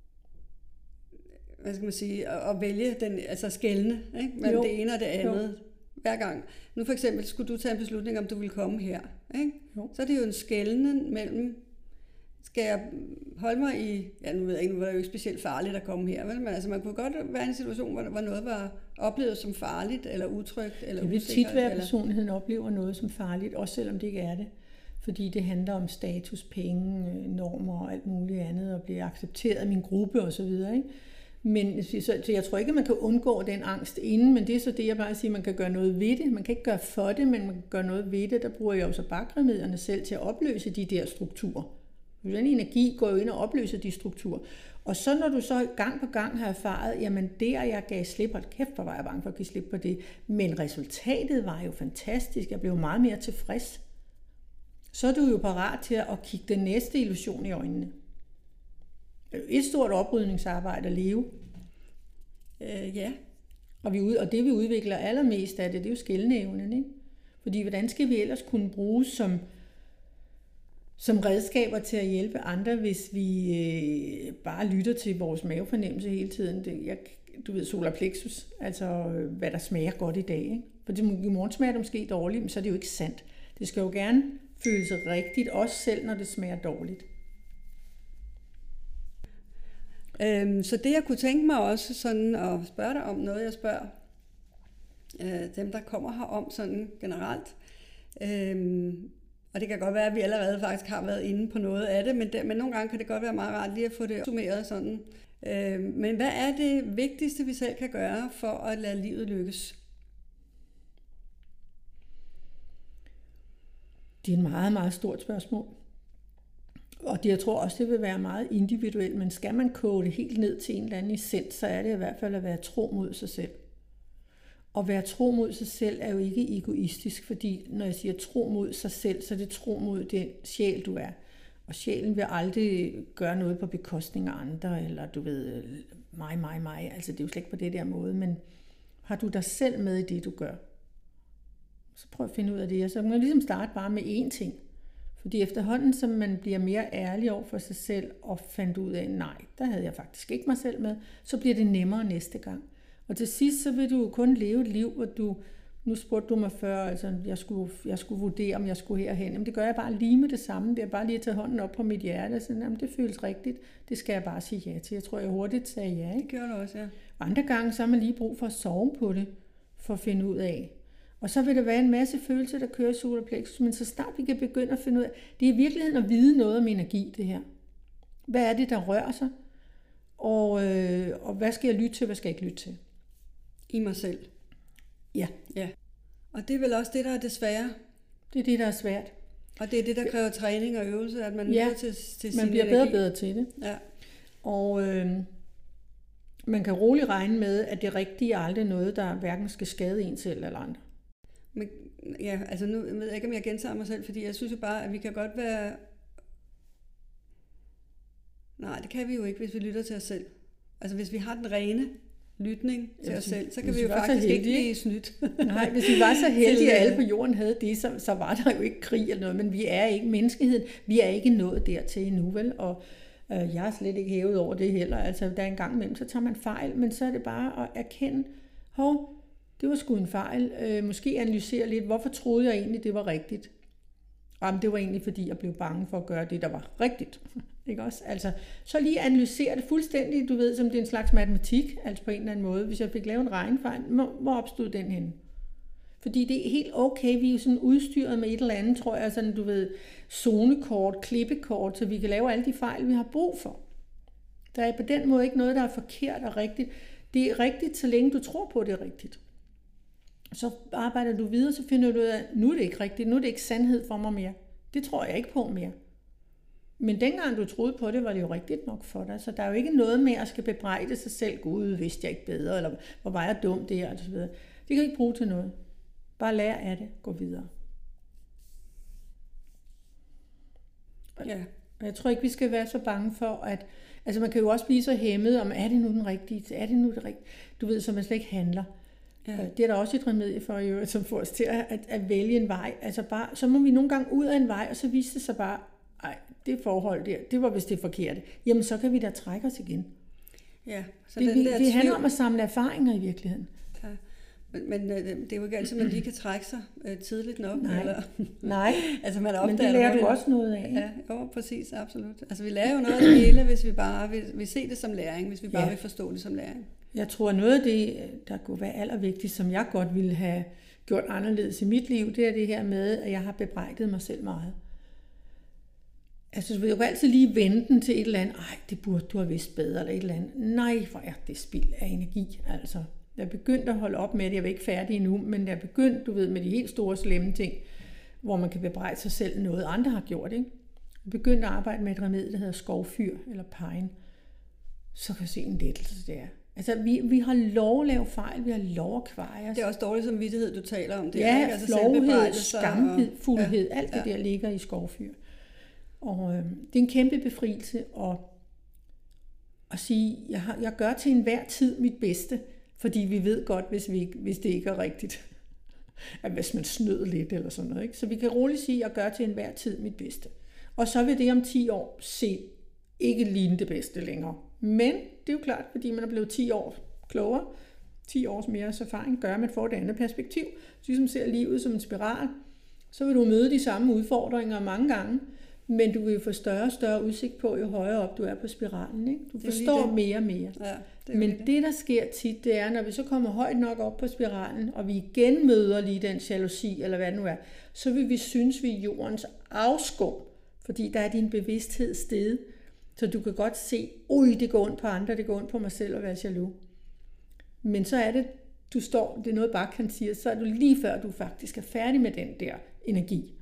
hvad skal man sige, at, at vælge den, altså skelne, ikke? Mellem det ene og det andet. Jo. Hver gang. Nu for eksempel skulle du tage en beslutning, om du ville komme her, ikke? Så er det jo en skelnen mellem, skal jeg holde mig i, ja nu ved jeg ikke, nu var det jo ikke specielt farligt at komme her, vel? Men altså man kunne godt være i en situation, hvor, hvor noget var oplevet som farligt, eller utrygt, eller usikkert. Det vil tit være, at personligheden oplever noget som farligt, også selvom det ikke er det. Fordi det handler om status, penge, normer og alt muligt andet, og blive accepteret af min gruppe osv., ikke? Men så, så jeg tror ikke, at man kan undgå den angst inden, men det er så det, jeg bare siger, at man kan gøre noget ved det. Man kan ikke gøre for det, men man kan gøre noget ved det. Der bruger jeg jo så bakremedierne selv til at opløse de der strukturer. Den energi går jo ind og opløser de strukturer. Og så når du så gang på gang har erfaret, jamen der jeg gav slip, hold kæft, hvor var jeg bange for at give slip på det, men resultatet var jo fantastisk, jeg blev meget mere tilfreds. Så er du jo parat til at kigge den næste illusion i øjnene. Et stort oprydningsarbejde at leve. Øh, ja. Og, vi, og det vi udvikler allermest af det, det er jo skelneevnen, ikke? Fordi hvordan skal vi ellers kunne bruges som, som redskaber til at hjælpe andre, hvis vi øh, bare lytter til vores mavefornemmelse hele tiden? Det, jeg, du ved, solar plexus, altså hvad der smager godt i dag, ikke? For det, i morgen smager det måske dårligt, men så er det jo ikke sandt. Det skal jo gerne føles rigtigt, også selv når det smager dårligt. Øhm, så det jeg kunne tænke mig også sådan at spørge dig om noget, jeg spørger øh, dem, der kommer her om sådan generelt. Øhm, og det kan godt være, at vi allerede faktisk har været inde på noget af det, men, det, men nogle gange kan det godt være meget rart lige at få det summeret sådan. Øhm, men hvad er det vigtigste, vi selv kan gøre for at lade livet lykkes? Det er et meget, meget stort spørgsmål. Og det, jeg tror også, det vil være meget individuelt, men skal man koge det helt ned til en eller anden essens, så er det i hvert fald at være tro mod sig selv. Og være tro mod sig selv er jo ikke egoistisk, fordi når jeg siger tro mod sig selv, så er det tro mod den sjæl, du er. Og sjælen vil aldrig gøre noget på bekostning af andre, eller du ved, mig, mig, mig. Altså det er jo slet ikke på det der måde, men har du dig selv med i det, du gør? Så prøv at finde ud af det. Så man kan ligesom starte bare med én ting. Fordi efterhånden, som man bliver mere ærlig over for sig selv og fandt ud af, nej, der havde jeg faktisk ikke mig selv med, så bliver det nemmere næste gang. Og til sidst, så vil du jo kun leve et liv, hvor du, nu spurgte du mig før, altså jeg skulle, jeg skulle vurdere, om jeg skulle herhen. Jamen det gør jeg bare lige med det samme. Det er bare lige at tage hånden op på mit hjerte og sige, jamen det føles rigtigt. Det skal jeg bare sige ja til. Jeg tror, jeg hurtigt sagde ja. Ikke? Det gør du også, ja. Andre gange, så har man lige brug for at sove på det, for at finde ud af. Og så vil der være en masse følelser, der kører i solar plexus, men så snart vi kan begynde at finde ud af, det er i virkeligheden at vide noget om energi, det her. Hvad er det, der rører sig? Og, øh, og hvad skal jeg lytte til, hvad skal jeg ikke lytte til? I mig selv. Ja. Ja. Og det er vel også det, der er det svære. Det er det, der er svært. Og det er det, der kræver træning og øvelse, at man ja, lytter til, til man bliver bedre og bedre til det. Ja. Og øh, man kan roligt regne med, at det rigtige er aldrig noget, der hverken skal skade en selv eller andre. Men, ja, altså nu ved jeg ikke, om jeg gentager mig selv, fordi jeg synes jo bare, at vi kan godt være... Nej, det kan vi jo ikke, hvis vi lytter til os selv. Altså hvis vi har den rene lytning til ja, os selv, så kan vi jo faktisk ikke blive snydt. Nej, hvis vi var så heldige, at alle på jorden havde det, så, så var der jo ikke krig eller noget, men vi er ikke menneskeheden. Vi er ikke nået dertil endnu, vel? Og øh, jeg har slet ikke hævet over det heller. Altså der er en gang imellem, så tager man fejl, men så er det bare at erkende, hov, det var sgu en fejl. Øh, måske analysere lidt, hvorfor troede jeg egentlig, det var rigtigt? Jamen, det var egentlig, fordi jeg blev bange for at gøre det, der var rigtigt. Ikke også? Altså, så lige analysere det fuldstændig, du ved, som det er en slags matematik, altså på en eller anden måde. Hvis jeg fik lavet en regnefejl, hvor opstod den henne? Fordi det er helt okay, vi er jo sådan udstyret med et eller andet, tror jeg, sådan du ved, zonekort, klippekort, så vi kan lave alle de fejl, vi har brug for. Der er på den måde ikke noget, der er forkert og rigtigt. Det er rigtigt, så længe du tror på, det er rigtigt. Så arbejder du videre, så finder du ud af, at nu er det ikke rigtigt, nu er det ikke sandhed for mig mere. Det tror jeg ikke på mere. Men dengang du troede på det, var det jo rigtigt nok for dig. Så der er jo ikke noget med at skal bebrejde sig selv. Gud, vidste jeg ikke bedre, eller hvor var jeg dum der, og så videre. Det kan ikke bruge til noget. Bare lær af det, gå videre. Ja. Og jeg tror ikke, vi skal være så bange for, at... Altså man kan jo også blive så hæmmet om, er det nu den rigtige? Er det nu det rigtige? Du ved, så man slet ikke handler. Ja. Det er der også et remedie for, jo, som får os til at, at, at vælge en vej. Altså bare, så må vi nogle gange ud af en vej, og så viser det sig bare, ej, det forhold der, det var vist det forkerte. Jamen, så kan vi da trække os igen. Ja, så det, den vi, der det handler tvivl... om at samle erfaringer i virkeligheden. Ja. Men, men det er jo ikke altid, man lige kan trække sig øh, tidligt nok. Nej, eller... Nej. altså, man men det lærer du også noget af. Ja, jo, præcis, absolut. Altså, vi lærer jo noget af det hele, hvis vi bare vil, vil se det som læring, hvis vi bare ja. vil forstå det som læring. Jeg tror, noget af det, der kunne være allervigtigst, som jeg godt ville have gjort anderledes i mit liv, det er det her med, at jeg har bebrejdet mig selv meget. Altså, du vil jo altid lige vende den til et eller andet, ej, det burde du have vidst bedre, eller et eller andet. Nej, hvor er det spild af energi, altså. Jeg er begyndt at holde op med det, jeg er ikke færdig endnu, men jeg er begyndt, du ved, med de helt store slemme ting, hvor man kan bebrejde sig selv noget, andre har gjort, ikke? Jeg er begyndt at arbejde med et remedie, der hedder skovfyr, eller pine. Så kan jeg se en lettelse der. Altså, vi, vi har lov at lave fejl, vi har lov at kveje os. Det er også dårlig samvittighed, du taler om. Det ja, er, altså flovhed, skamhed, fuldhed, ja, alt det ja. der ligger i skovfyr. Og øh, det er en kæmpe befrielse at, at sige, jeg, har, jeg gør til enhver tid mit bedste, fordi vi ved godt, hvis, vi, hvis det ikke er rigtigt, at hvis man snød lidt eller sådan noget. Ikke? Så vi kan roligt sige, at jeg gør til enhver tid mit bedste. Og så vil det om ti år se ikke ligne det bedste længere. Men det er jo klart, fordi man er blevet ti år klogere, ti års mere erfaring gør, at man får et andet perspektiv. Så ligesom ser livet som en spiral, så vil du møde de samme udfordringer mange gange, men du vil få større og større udsigt på, jo højere op du er på spiralen. Ikke? Du forstår mere og mere. Ja, det men det. det, der sker tit, det er, når vi så kommer højt nok op på spiralen, og vi igen møder lige den jalousi, eller hvad det nu er, så vil vi synes, vi er jordens afskum, fordi der er din bevidsthed steget. Så du kan godt se, ui, det går ondt på andre, det går ondt på mig selv at være jaloux. Men så er det, du står, det er noget bare kan sige, så er du lige før, du faktisk er færdig med den der energi.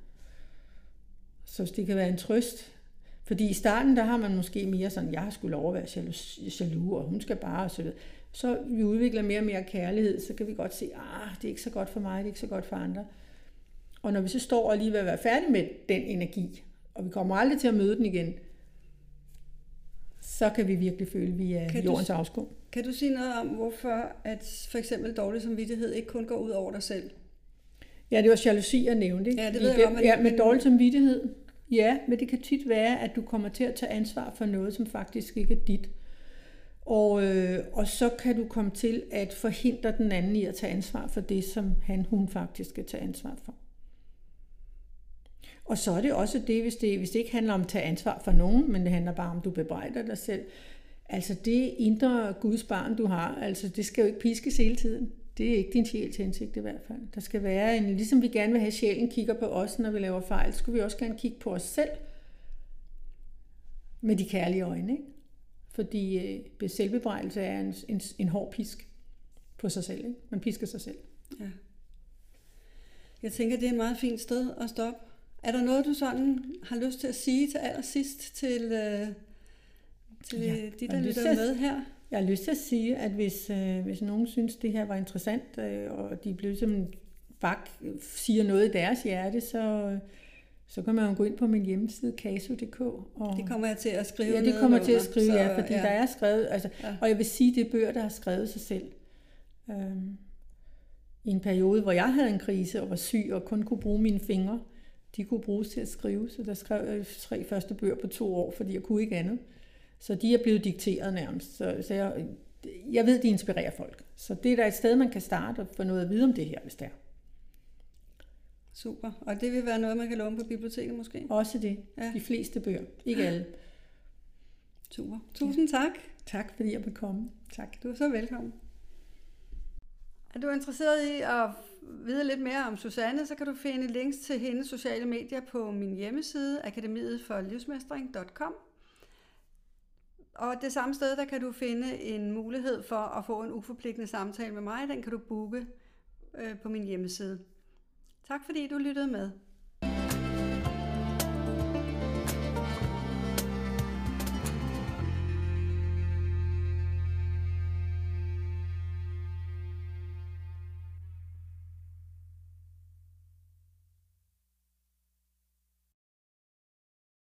Så det kan være en trøst. Fordi i starten, der har man måske mere sådan, jeg har skulle lov at være jaloux, jaloux, og hun skal bare, og så videre. Så vi udvikler mere og mere kærlighed, så kan vi godt se, ah, det er ikke så godt for mig, det er ikke så godt for andre. Og når vi så står og lige vil være færdige med den energi, og vi kommer aldrig til at møde den igen, så kan vi virkelig føle, at vi er kan jordens afskum. Kan du sige noget om, hvorfor at for eksempel dårlig samvittighed ikke kun går ud over dig selv? Ja, det var jalousi, jeg nævnte. Ikke? Ja, det ved jeg godt, ja, med dårlig samvittighed. Ja, men det kan tit være, at du kommer til at tage ansvar for noget, som faktisk ikke er dit. Og, øh, og så kan du komme til at forhindre den anden i at tage ansvar for det, som han, hun faktisk skal tage ansvar for. Og så er det også det, hvis det, hvis det ikke handler om at tage ansvar for nogen, men det handler bare om, at du bebrejder dig selv. Altså det indre Guds barn, du har, altså det skal jo ikke piskes hele tiden. Det er ikke din sjæls hensigt i hvert fald. Der skal være en, ligesom vi gerne vil have, sjælen kigger på os, når vi laver fejl, så skulle vi også gerne kigge på os selv med de kærlige øjne. Ikke? Fordi øh, selvbebrejdelse er en, en, en hård pisk på sig selv. Ikke? Man pisker sig selv. Ja. Jeg tænker, det er et meget fint sted at stoppe. Er der noget, du sådan har lyst til at sige til allersidst til, øh, til ja, de, der lytter med her? Jeg har lyst til at sige, at hvis, øh, hvis nogen synes, det her var interessant, øh, og de blev som bak siger noget i deres hjerte, så, så kan man jo gå ind på min hjemmeside, caso punktum dk. Og det kommer jeg til at skrive. Ja, det kommer jeg til at skrive, så, ja, fordi ja. der er skrevet, altså, ja. og jeg vil sige, det er bøger, der har skrevet sig selv. Øhm, I en periode, hvor jeg havde en krise og var syg, og kun kunne bruge mine fingre, de kunne bruges til at skrive, så der skrev jeg tre første bøger på to år, fordi jeg kunne ikke andet. Så de er blevet dikteret nærmest. Så, så jeg, jeg ved, de inspirerer folk. Så det er der et sted, man kan starte og få noget at vide om det her, hvis det er. Super. Og det vil være noget, man kan låne på biblioteket måske? Også det. Ja. De fleste bøger. Ikke alle. Super. Tusind ja. tak. Tak, fordi jeg måtte komme. Tak. Du er så velkommen. Er du interesseret i at vide lidt mere om Susanne, så kan du finde links til hendes sociale medier på min hjemmeside, akademiet for livsmestring punktum com. Og det samme sted, der kan du finde en mulighed for at få en uforpligtende samtale med mig. Den kan du booke øh, på min hjemmeside. Tak fordi du lyttede med.